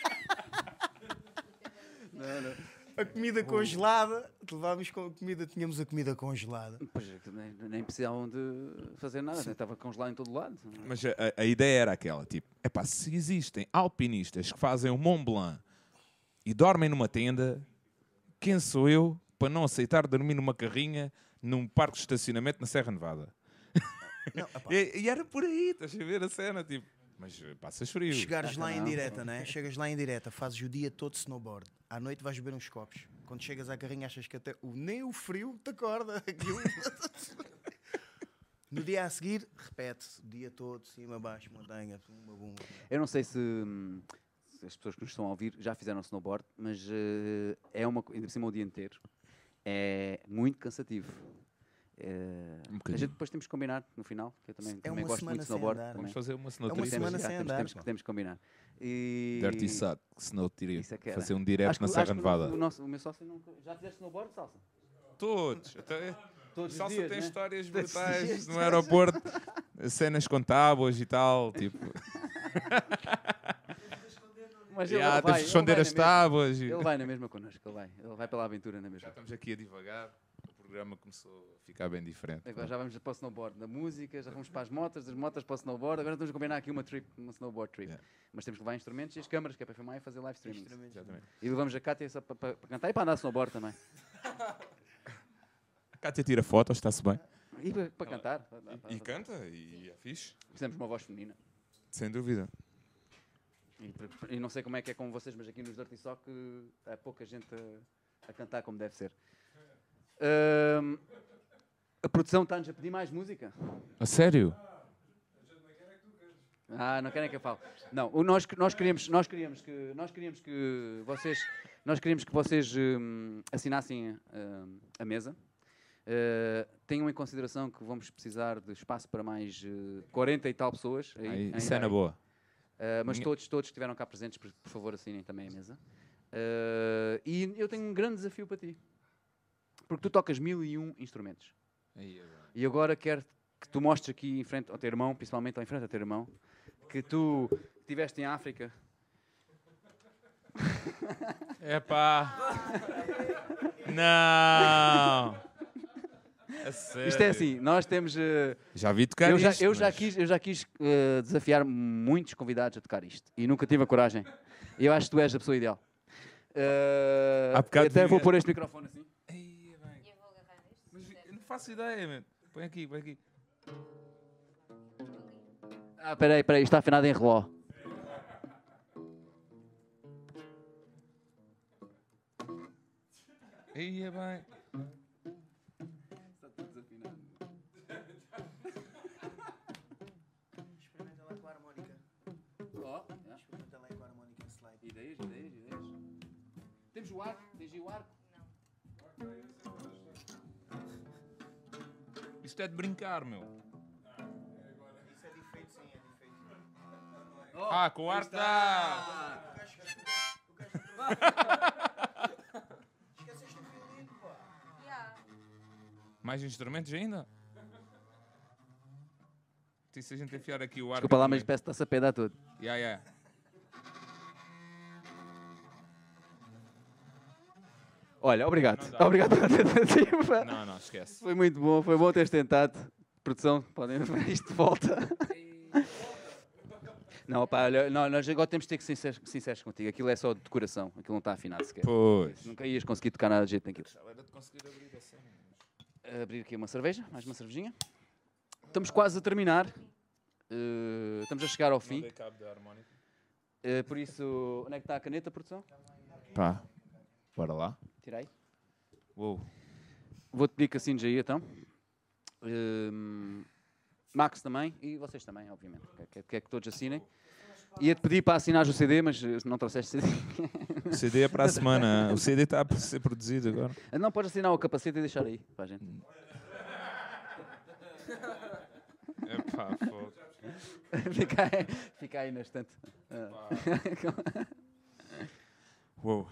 I: A comida congelada, levámos com a comida, tínhamos a comida congelada.
A: Pois é, que nem precisavam de fazer nada, né? Estava congelado em todo lado.
D: Mas a ideia era aquela, tipo, epá, se existem alpinistas que fazem o Mont Blanc e dormem numa tenda, quem sou eu para não aceitar dormir numa carrinha num parque de estacionamento na Serra Nevada?
I: Não, epá,
D: E era por aí, estás a ver a cena, tipo, mas passas frio.
I: chegares lá em
A: não.
I: direta, né? Chegas lá em direta, fazes o dia todo snowboard. À noite vais beber uns copos. Quando chegas à carrinha achas que até nem o frio te acorda. Aquilo. No dia a seguir, repete o dia todo, cima, baixo, montanha, uma bumba.
A: Eu não sei se as pessoas que nos estão a ouvir já fizeram snowboard, mas ainda por cima o dia inteiro. É muito cansativo. A
D: bocadinho.
A: gente depois temos que combinar no final, que eu também,
I: É
A: também
I: uma
A: gosto
I: semana
A: muito de
I: sem
A: snowboard.
I: andar.
A: Também.
D: Vamos fazer uma
I: É
D: Snow
I: uma
D: Trip.
I: semana
A: já,
I: sem
A: temos,
I: andar,
A: temos,
I: pá.
A: temos que combinar. E...
D: Dirty Sack, Snow Trip.
A: Isso é que era.
D: Fazer um direto na
A: acho
D: Serra
A: que
D: Nevada.
A: o meu sócio nunca... Já fizeste snowboard, Salsa?
D: Todos. Até...
A: Todos os
D: Salsa
A: dias,
D: tem
A: né?
D: histórias
A: Todos os
D: brutais
A: dias.
D: no aeroporto. Cenas com tábuas e tal. Tipo,
A: Mas
D: temos que esconder as tábuas. E...
A: Ele vai na mesma connosco, ele vai pela aventura na
D: Já
A: mesma.
D: estamos aqui a divagar. O programa começou a ficar bem diferente.
A: Agora já vamos para o snowboard, da música, já vamos para as motas, das motas para o snowboard. Agora estamos a combinar aqui uma snowboard trip.
D: Yeah.
A: Mas temos que levar instrumentos e as câmaras, que é para filmar e fazer live streaming.
D: Exatamente.
A: E levamos a Cátia só para cantar e para andar snowboard também.
D: A Cátia tira fotos, está-se bem.
A: E para cantar.
D: E canta, e é fixe.
A: Fizemos uma voz feminina.
D: Sem dúvida.
A: E não sei como é que é com vocês, mas aqui nos Dirty Sock há pouca gente a cantar como deve ser. A produção está-nos a pedir mais música.
D: A sério?
A: Não querem que eu fale. Não, nós queríamos que vocês assinassem a mesa. Tenham em consideração que vamos precisar de espaço para mais 40 e tal pessoas.
D: Isso é na boa.
A: Mas todos que estiveram cá presentes, por favor, assinem também a mesa. E eu tenho um grande desafio para ti. Porque tu tocas 1001 instrumentos. E agora quero que tu mostres aqui em frente ao teu irmão, principalmente em frente ao teu irmão, que tu estiveste em África.
D: Epá! Não! A sério?
A: Isto é assim, nós temos...
D: Já vi tocar isto,
A: eu já
D: mas-
A: quis desafiar muitos convidados a tocar isto. E nunca tive a coragem. E eu acho que tu és a pessoa ideal.
D: Há bocado
A: Até vou
D: vinha-
A: pôr este microfone assim.
D: Ei, bem. Mas eu não faço ideia, mano. Põe aqui, põe aqui.
A: Espera aí, isto está afinado em reló.
D: Ei, é bem.
A: Está tudo desafinado.
I: Experimenta lá com a harmónica. Experimenta lá com a harmónica slide.
A: Ideias. Temos o arco, tens aí o arco.
D: Isto é de brincar, meu.
I: Isso é defeito, sim, é defeito.
D: Com o ar está.
I: Esqueceste o violino, pá.
D: Mais instrumentos ainda? E se a gente enfiar aqui o ar.
A: Desculpa lá, mas parece que está-se a pedar tudo.
D: Yeah.
A: Olha, obrigado.
D: Não dá.
A: Obrigado pela tentativa.
D: Não, esquece.
A: Foi muito bom, foi bom teres tentado. Produção, podem ver isto de volta. Não, pá, olha, nós agora temos de ter que ser sinceros contigo. Aquilo é só de decoração, aquilo não está afinado sequer.
D: Pois.
A: Nunca ias conseguir tocar nada de jeito naquilo.
D: Era de conseguir abrir a cena.
A: Abrir aqui uma cerveja, mais uma cervejinha. Estamos quase a terminar. Estamos a chegar ao
D: Não
A: fim.
D: dei cabo da harmónica.
A: Por isso, onde é que está a caneta, produção?
D: Pá, bora lá.
A: Tirei.
D: Uou.
A: Vou-te pedir que assines aí, então. Max também, e vocês também, obviamente. Quer que todos assinem. Ia-te pedir para assinar o CD, mas não trouxeste CD.
D: O CD é para a semana. O CD está a ser produzido agora.
A: Não, podes assinar o capacete e deixar aí, para a gente.
D: Epá, fogo.
A: Fica aí na estante.
D: Uou.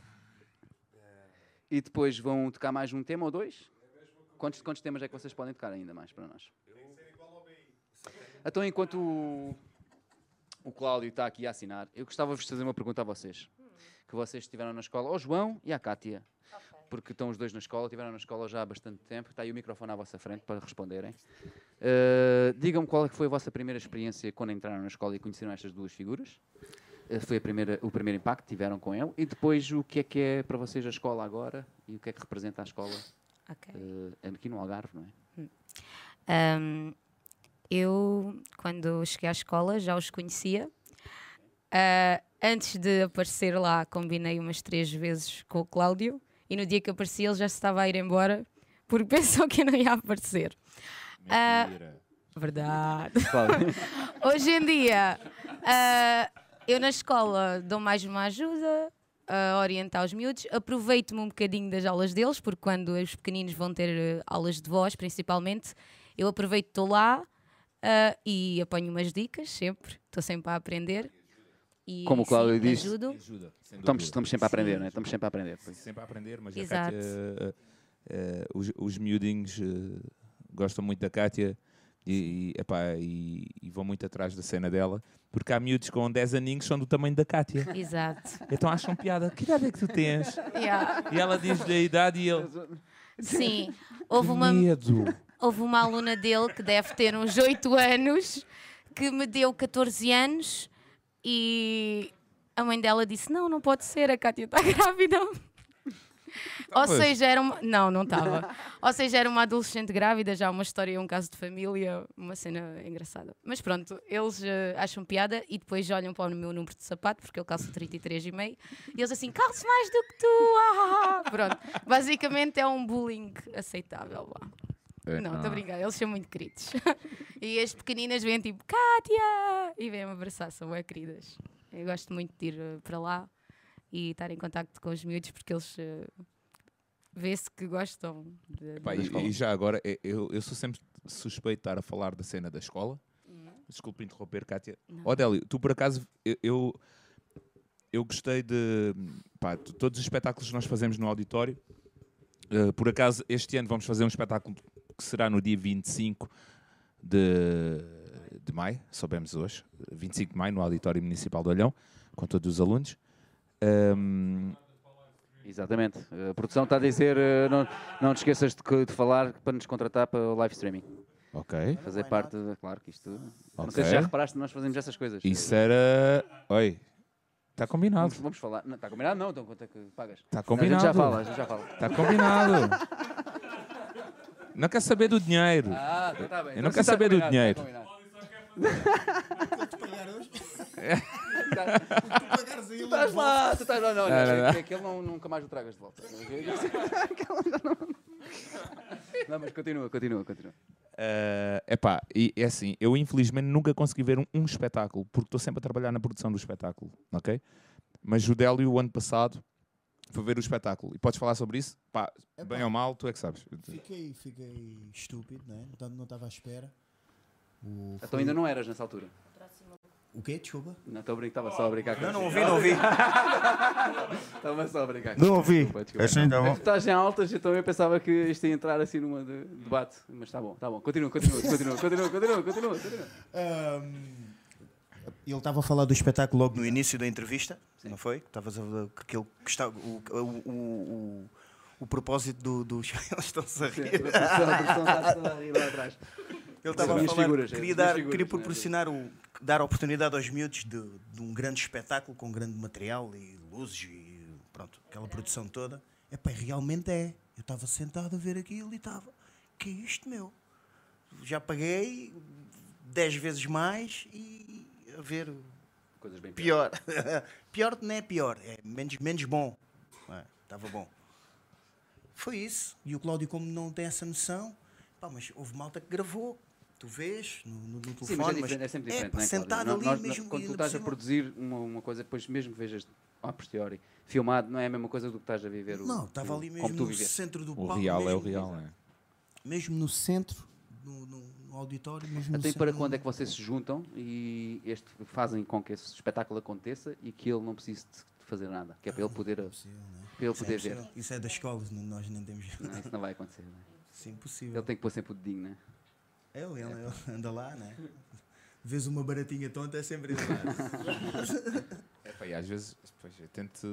A: E depois vão tocar mais um tema ou dois? Quantos temas é que vocês podem tocar ainda mais para nós? Então, enquanto o Cláudio está aqui a assinar, eu gostava de vos fazer uma pergunta a vocês. Que vocês estiveram na escola, ao João e à Cátia. Porque estão os dois na escola, estiveram na escola já há bastante tempo. Está aí o microfone à vossa frente para responderem. Digam-me qual é que foi a vossa primeira experiência quando entraram na escola e conheceram estas duas figuras. Foi o primeiro impacto que tiveram com ele. E depois, o que é para vocês a escola agora? E o que é que representa a escola aqui no Algarve, não é?
G: Eu, quando cheguei à escola, já os conhecia. Antes de aparecer lá, combinei umas 3 vezes com o Cláudio. E no dia que apareci, ele já se estava a ir embora, porque pensou que eu não ia aparecer. Verdade. Hoje em dia, eu na escola dou mais uma ajuda, a orientar os miúdos. Aproveito-me um bocadinho das aulas deles, porque quando os pequeninos vão ter aulas de voz, principalmente, eu aproveito, estou lá e apanho umas dicas, sempre. Estou sempre a aprender. E,
A: Como o Cláudio
G: sim,
A: disse,
G: ajudo.
D: Ajuda, sem
A: Estamos
D: dúvida.
A: sempre a aprender, né? Estamos sempre a aprender.
D: Sempre a aprender, mas
G: Exato.
D: a Kátia, os miudinhos gostam muito da Kátia e vão muito atrás da cena dela, porque há miúdos com 10 aninhos que são do tamanho da Kátia.
G: Exato.
D: Então acham piada. Que idade é que tu tens?
G: Yeah.
D: E ela diz-lhe a idade e ele...
G: Sim,
D: Medo.
G: houve uma aluna dele que deve ter uns 8 anos que me deu 14 anos e a mãe dela disse: não pode ser, a Kátia está grávida. Ou seja, era uma... Não estava. Ou seja, era uma adolescente grávida, já uma história, um caso de família, uma cena engraçada. Mas pronto, eles acham piada e depois olham para o meu número de sapato, porque eu calço 33,5, e eles assim, calço mais do que tu. Pronto, basicamente é um bullying aceitável lá. Não, estou a brincar, eles são muito queridos. E as pequeninas vêm tipo, Kátia! E vêm-me abraçar, são bem queridas. Eu gosto muito de ir para lá e estar em contacto com os miúdos, porque eles vê-se que gostam
D: Epá, e já agora, eu sou sempre suspeito de estar a falar da cena da escola. Desculpe interromper, Kátia. Délio, tu por acaso, eu gostei de todos os espetáculos que nós fazemos no auditório. Por acaso, este ano vamos fazer um espetáculo que será no dia 25 de maio, soubemos hoje, 25 de maio, no Auditório Municipal de Olhão, com todos os alunos.
A: Exatamente. A produção está a dizer, não te esqueças de falar para nos contratar para o live streaming.
D: Ok.
A: Fazer parte, claro que isto... Não
D: Ok.
A: sei se já reparaste, nós fazemos essas coisas.
D: Isso era... Oi, está combinado.
A: Vamos falar. Não, está combinado? Não, então quanto é que pagas?
D: Está
A: A gente
D: combinado.
A: já fala.
D: Está combinado. Não quer saber do dinheiro.
A: Então está bem.
D: Eu não quero saber do dinheiro.
A: Tu estás lá, tu estás lá. Não,
D: Não.
A: aquele nunca mais o tragas de volta. Não, mas continua.
D: Epá, e é assim, eu infelizmente nunca consegui ver um espetáculo, porque estou sempre a trabalhar na produção do espetáculo, ok? Mas o Délio, o ano passado, foi ver o espetáculo. E podes falar sobre isso? Pá, bem ou mal, tu é que sabes.
H: Fiquei estúpido, né? Não estava à espera.
A: Então ainda não eras nessa altura?
H: O quê? Desculpa?
A: Não, estou a brincar, estava só a brincar.
I: Não ouvi.
A: Estava só a brincar.
H: Não ouvi.
A: Desculpa.
H: Assim tá
A: É
H: bom.
A: que tu estás em altas, então eu pensava que isto ia entrar assim numa debate. Mas está bom. Continua.
H: Ele estava a falar do espetáculo logo
I: No início da entrevista, não foi? Estavas a ver que aquele que está, o propósito dos... Eles estão-se a rir.
A: A produção está a rir lá atrás.
I: Ele estava a
A: Minhas
I: falar,
A: figuras,
I: queria
A: minhas figuras,
I: queria proporcionar, dar a oportunidade aos miúdos de um grande espetáculo com grande material e luzes e pronto, aquela produção toda. Epá, realmente é. Eu estava sentado a ver aquilo e estava, que é isto, meu? Já paguei 10 vezes mais e a ver
A: Coisas bem
I: pior. Pior não é pior, é menos bom. Estava bom. Foi isso.
H: E o Cláudio, como não tem essa noção, pá, mas houve malta que gravou. Tu vês no telefone,
A: Sim, mas é sempre diferente, não é,
I: sentado
A: Cláudio?
I: ali mesmo.
A: Quando tu
I: ainda
A: estás
I: por
A: a
I: cima.
A: produzir uma coisa, depois mesmo que vejas a posteriori, filmado, não é a mesma coisa do que estás a viver.
H: Não, estava ali mesmo
A: como tu
H: no
A: viveste.
H: centro do
D: O
H: palco.
D: real é o
H: mesmo,
D: real, não é?
H: Mesmo no centro, no auditório, mesmo no
A: Até
H: centro.
A: para quando é que vocês se juntam e fazem com que esse espetáculo aconteça e que ele não precise de fazer nada, que é para ele poder,
H: Impossível, não é?
A: para ele
H: Isso é
A: poder ver.
H: impossível. Isso é da escola, nós nem temos.
A: Não, isso não vai acontecer. Não é?
H: Isso é impossível.
A: Ele tem que pôr sempre o dedinho, não é?
H: Ele anda lá, né? Vês uma baratinha tonta, é sempre ele lá.
D: Epá, e às vezes pois, eu tento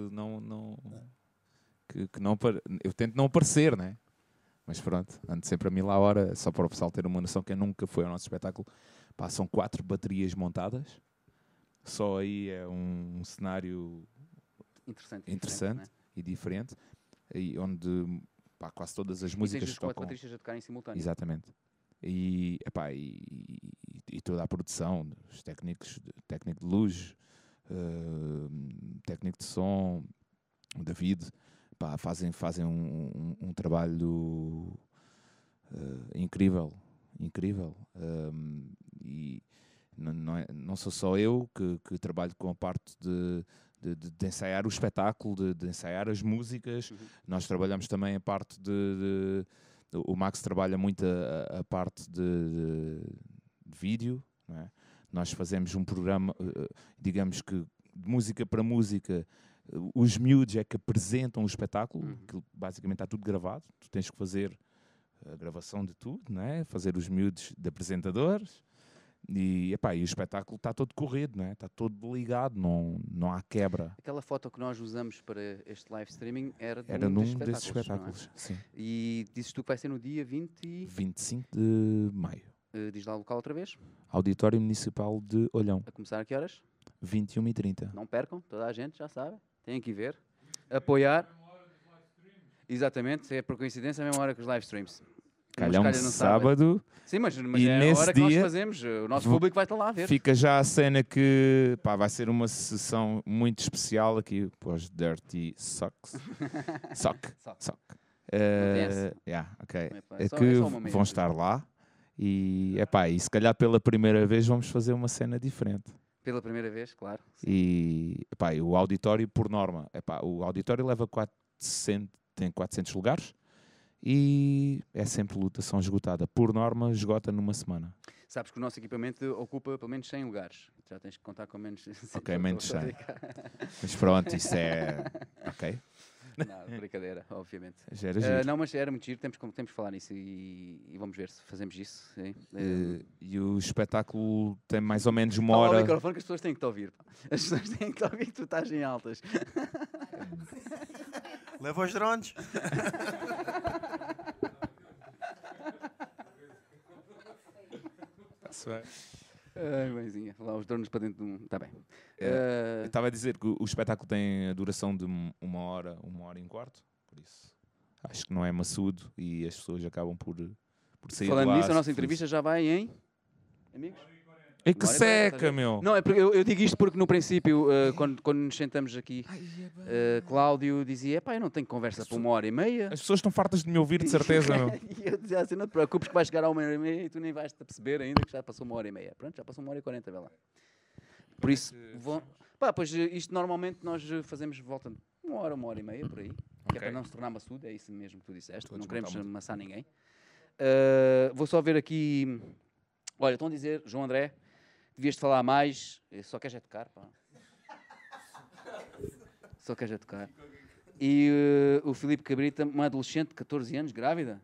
D: eu tento não aparecer, né? Mas pronto, ando sempre a 1000 à hora, só para o pessoal ter uma noção. Quem nunca foi ao nosso espetáculo, pá, são 4 baterias montadas. Só aí é um cenário interessante e diferente, e onde pá, quase todas as músicas
A: tens os 4
D: tocam.
A: bateristas a tocar em simultâneo.
D: Exatamente. E toda a produção, os técnico de luz, técnico de som, o David, pá, fazem um trabalho incrível. E não sou só eu que trabalho com a parte de ensaiar o espetáculo, de ensaiar as músicas. Nós trabalhamos também a parte o Max trabalha muito a parte de vídeo, não é? Nós fazemos um programa, digamos que de música para música, os miúdos é que apresentam o espetáculo, que basicamente está tudo gravado, tu tens que fazer a gravação de tudo, não é? Fazer os miúdos de apresentadores e o espetáculo está todo corrido, não é? Está todo ligado, não há quebra.
A: Aquela foto que nós usamos para este live streaming era
D: num desses espetáculos, sim.
A: E dizes tu que vai ser no dia
D: 25 de maio.
A: Diz lá o local outra vez.
D: Auditório Municipal de Olhão.
A: A começar a que horas?
D: 21h30.
A: Não percam, toda a gente já sabe. Tem que ver. Apoiar. Exatamente, é por coincidência a mesma hora que os live streams.
D: Calhar um sábado.
A: Sim, mas
D: e
A: é
D: nesse
A: a hora que
D: dia,
A: nós fazemos. O nosso público vai estar lá a ver.
D: Fica já a cena que vai ser uma sessão muito especial aqui para os Dirty Socks. Sock. Ok. É que vão estar lá e se calhar pela primeira vez vamos fazer uma cena diferente.
A: Pela primeira vez, claro. Sim.
D: E o auditório, por norma, o auditório leva 400 lugares e é sempre lotação esgotada. Por norma, esgota numa semana.
A: Sabes que o nosso equipamento ocupa pelo menos 100 lugares. Já tens que contar com menos 100.
D: Ok, menos 100. Mas pronto, isso é... Ok.
A: Não, brincadeira, obviamente.
D: Já era giro.
A: Não, mas era muito giro, temos que falar nisso e vamos ver se fazemos isso. Sim.
D: E o espetáculo tem mais ou menos uma
A: Fala
D: hora...
A: ao microfone que as pessoas têm que te ouvir. Pá. As pessoas têm que te ouvir que tu estás em altas.
I: Leva os drones.
A: Ai, mãezinha, lá os drones para dentro de um... Está bem.
D: Eu estava a dizer que o espetáculo tem a duração de uma hora e um quarto, por isso acho que não é maçudo e as pessoas acabam por sair
A: Falando
D: de lá.
A: nisso, a nossa entrevista já vai em... Amigos?
D: É que seca, meu!
A: Não, é porque eu digo isto porque no princípio, quando nos sentamos aqui, Cláudio dizia, eu não tenho conversa por 1h30.
D: As pessoas estão fartas de me ouvir, de certeza, meu.
A: E eu dizia assim, não te preocupes que vai chegar a 1h30 e tu nem vais-te perceber ainda que já passou 1h30. Pronto, já passou 1h40, vê lá. Por isso, pois isto normalmente nós fazemos volta de 1h30, por aí. Que é para não se tornar maçudo, é isso mesmo que tu disseste. Não queremos amassar ninguém. Vou só ver aqui... Olha, estão a dizer, João André, devias-te falar mais, só queres é tocar, pá. Só queres é tocar. E o Filipe Cabrita, uma adolescente de 14 anos, grávida.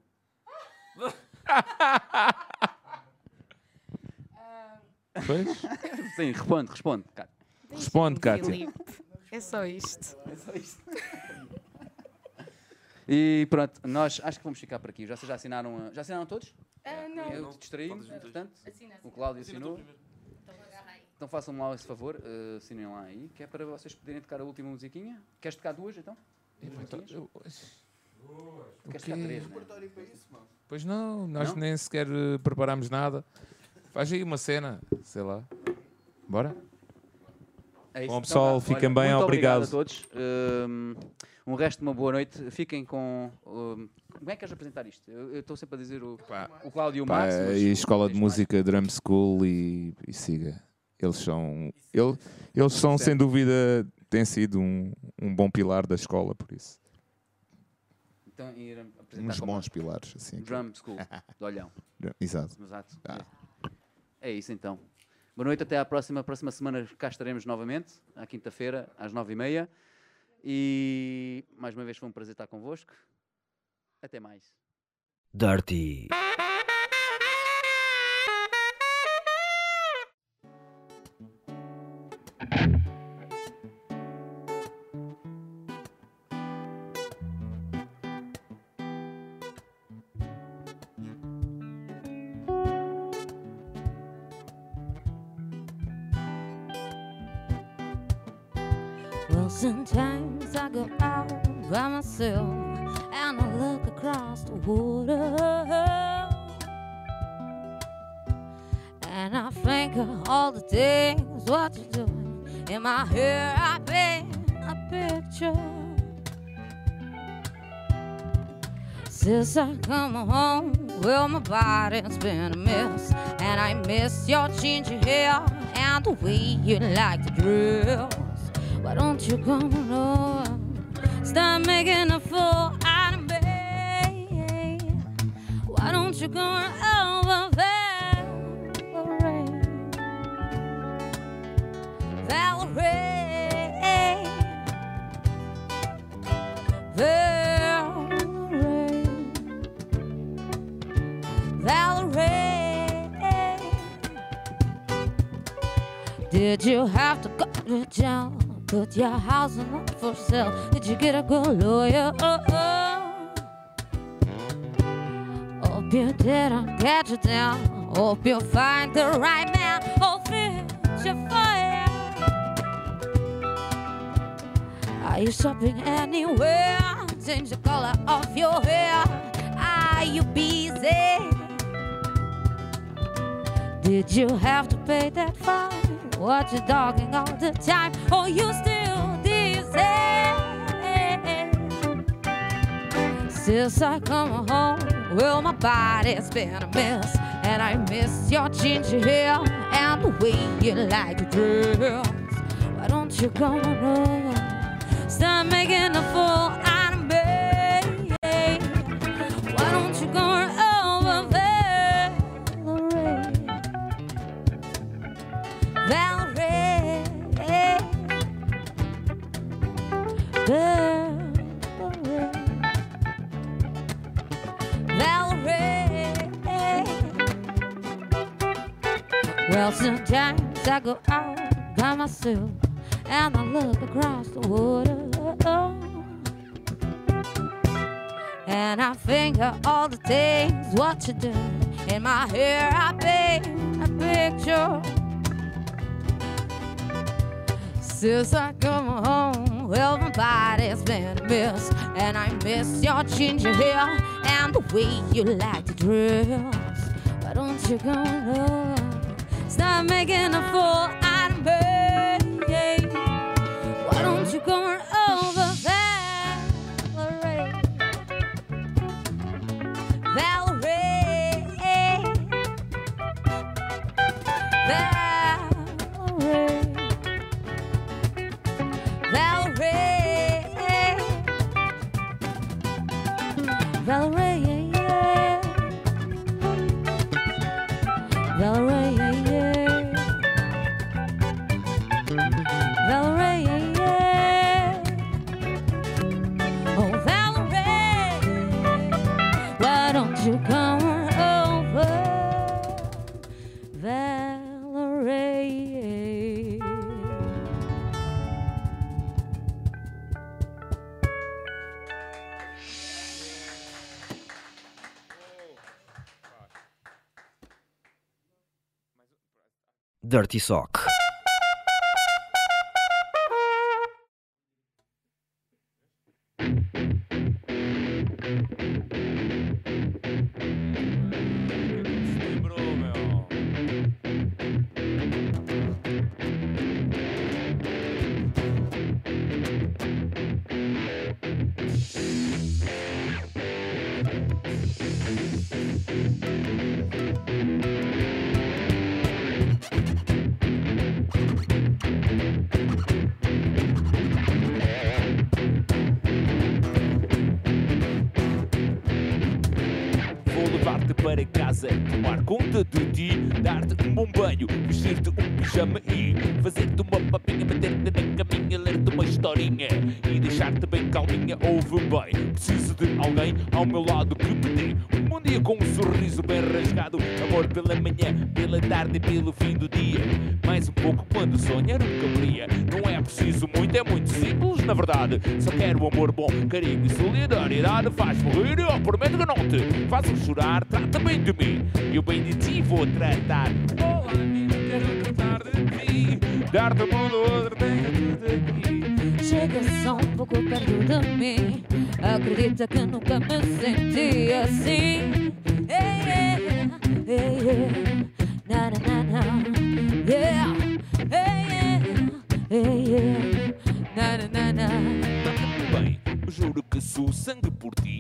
D: Pois?
A: Sim, responde, Cátia.
D: Responde, Cátia.
G: É só isto.
A: E pronto, nós acho que vamos ficar por aqui. Vocês já assinaram? Já assinaram todos?
G: Não.
A: Eu te distraí-me, portanto. O Cláudio assinou. Então façam-me lá esse favor, assinem lá aí, que é para vocês poderem tocar a última musiquinha. Queres tocar duas, então? Queres tocar três, né?
D: Pois não, nós nem sequer preparámos nada. Faz aí uma cena, sei lá. Bora?
A: É isso.
D: Bom, pessoal,
A: Então,
D: fiquem bem,
A: muito
D: obrigado
A: a todos. Um resto de uma boa noite. Fiquem com... como é que queres apresentar isto? Eu estou sempre a dizer o Cláudio e o Max.
D: E a Escola de Música Drum School e siga. Eles são sem dúvida, têm sido um bom pilar da escola, por isso.
A: Então, ir apresentar
D: uns bons pilares. Assim,
A: Drum School, de Olhão.
D: Exato.
A: É isso então. Boa noite, até à próxima semana cá estaremos novamente, à quinta-feira, às 9h30. E mais uma vez foi um prazer estar convosco. Até mais.
C: Dirty.
E: Well, sometimes I go out by myself and I look across the water, and I think of all the things what you're doing. In my head I paint a picture. Since I come home, well, my body's been a mess, and I miss your ginger hair and the way you like to dress. Why don't you come over? Stop making a fool out of me. Why don't you come over, Valerie? Valerie, Valerie, Valerie. Did you have to go to jail? Put your house up for sale? Did you get a good lawyer? Hope you didn't get you down. Hope you find the right man. Hope it's your fire. Are you shopping anywhere? Change the color of your hair. Are you busy? Did you have to pay that fine? What you talking all the time? Oh, you still dizzy? Since I come home, well, my body's been a mess, and I miss your ginger hair and the way you like to dress. Why don't you come over? Stop making a fool out of me. Why don't you come over, Valerie? Valerie. Well, sometimes I go out by myself and I look across the water, and I think of all the things what you do. In my hair I paint a picture. Since I come home, well, my body's been a mess, and I miss your ginger hair and the way you like to dress. Why don't you come over? Stop making a fool out of me. Why don't you come over, Valerie? Valerie, Valerie, Valerie, Valerie, Valerie, Valerie, oh Valerie, why don't you come over, Valerie?
C: Dirty Sock.
B: Para casa, tomar conta de ti, dar-te um bom banho, vestir-te um pijama e fazer-te uma papinha, meter-te na caminha, ler-te uma historinha e deixar-te bem calminha. Ouve bem, preciso de alguém ao meu lado que me dê um bom dia com um sorriso bem rasgado, amor pela manhã, pela tarde e pelo fim do dia. Mais um pouco quando sonhar nunca brilha. Não é preciso muito, é muito simples, na verdade. Só quero amor bom, carinho e solidariedade. Faz-me rir, eu prometo que não te faço chorar. Trata bem de mim, eu bem de ti vou tratar. Oh, amigo, quero tratar de ti, dar-te um mundo, outro tenho tudo aqui.
E: Chega só um pouco perto de mim, acredita que nunca me senti assim. Hey, yeah, hey, yeah, na na na na, yeah, hey, yeah, hey, yeah, na na na na.
B: Bem, juro que sou sangue por ti.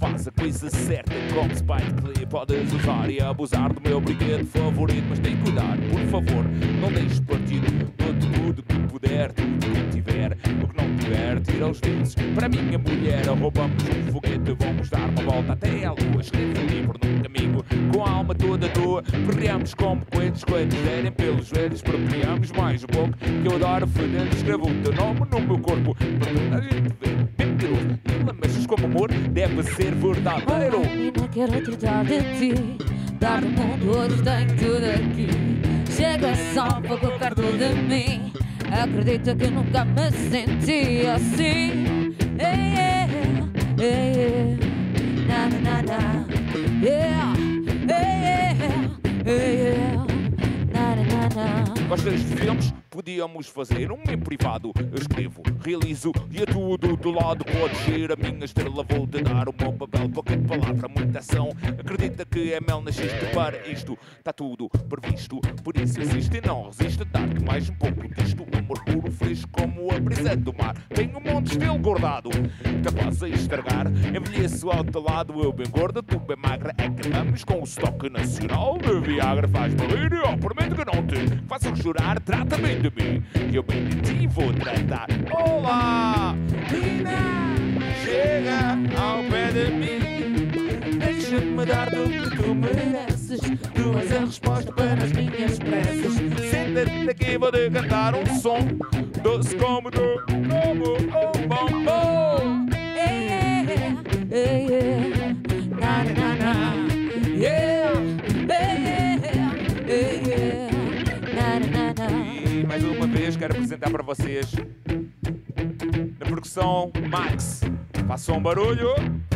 B: faz a coisa certa como Spike Lee. Podes usar e abusar do meu brinquedo favorito, mas tem cuidado, por favor, não deixes partir tudo que puder, tudo que tiver, o que não tiver, tira os dedos. Para minha mulher, roubamos um foguete, vamos dar uma volta até à lua. Escrevo um livro num caminho, com a alma toda nua, corremos como coelhos, coelhos derem pelos joelhos, propriamos mais um pouco, que eu adoro foder. Escrevo o teu nome no meu corpo, para toda a gente ver, mentiroso, e lamechas como amor, deve ser verdadeiro.
E: Oh, menina, quero te dar de ti, dar do mundo, hoje tenho tudo aqui. Chega só um pouco perto de mim, acredita que nunca me senti assim. Hey, yeah, hey, yeah. Na na na, yeah, hey, yeah, hey, yeah. Na na na.
B: Gostas de filmes? Podíamos fazer um em privado. Eu escrevo, realizo e atuo do lado. Podes ser a minha estrela, vou-te dar o meu papel. Qualquer palavra, muita ação. Acredita que é mel, nasceste para isto. Está tudo previsto, por isso existe e não resiste. Dar-te mais um pouco disto. Amor puro, fresco como a brisa do mar. Tenho um monte de estilo guardado, capaz a estragar. Envelheço ao teu lado, eu bem gorda, tu bem magra. Acabamos com o estoque nacional de Viagra. Faz barulho, eu prometo que não te faço chorar. Trata bem de mim, eu bem de ti vou tratar. Olá, Nina, chega ao pé de mim, deixa-me dar do que tu mereces. Tu és a resposta para as minhas preces. Senta-te aqui, vou-te cantar um som doce como tu, como um bombom.
E: Hey, yeah, hey, yeah. Na na na, yeah, hey, yeah, hey, yeah. Na na na.
B: E mais uma vez quero apresentar para vocês, na percussão, Max. Façam um barulho.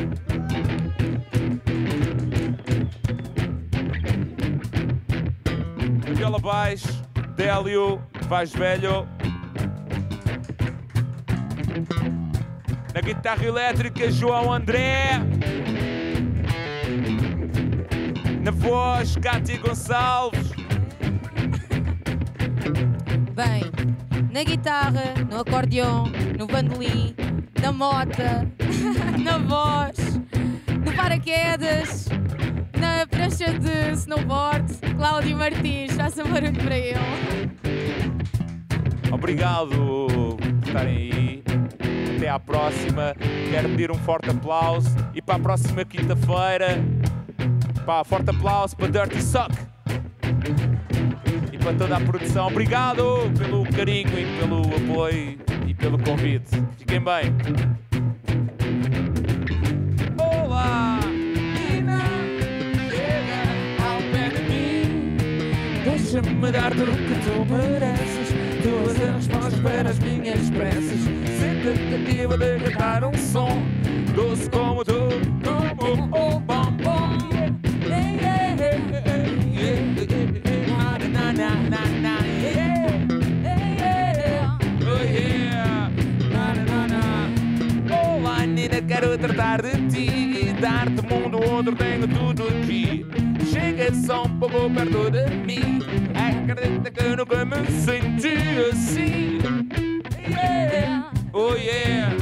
B: Na viola baixo, Délio, vais velho. Na guitarra elétrica, João André. Na voz, Cátia Gonçalves.
G: Bem, na guitarra, no acordeão, no bandolim, na mota, na voz, no paraquedas, na prancha de snowboard, Cláudio Martins, faça um barulho para ele.
B: Obrigado por estarem aí. Até à próxima. Quero pedir um forte aplauso. E para a próxima quinta-feira, forte aplauso para Dirty Sock. E para toda a produção. Obrigado pelo carinho e pelo apoio e pelo convite. Fiquem bem. Olá, Nina, chega ao pé de mim, deixa-me dar tudo o que tu mereces. Tu és a resposta para as minhas preces. Senta-te aqui, vou te cantar um som doce como tu, como um bombom. Olá, Nina, quero tratar de ti, dar-te mundo, outro tenho tudo aqui. Chega só um pouco perto de mim, acredita que nunca me senti assim. Yeah. Oh yeah.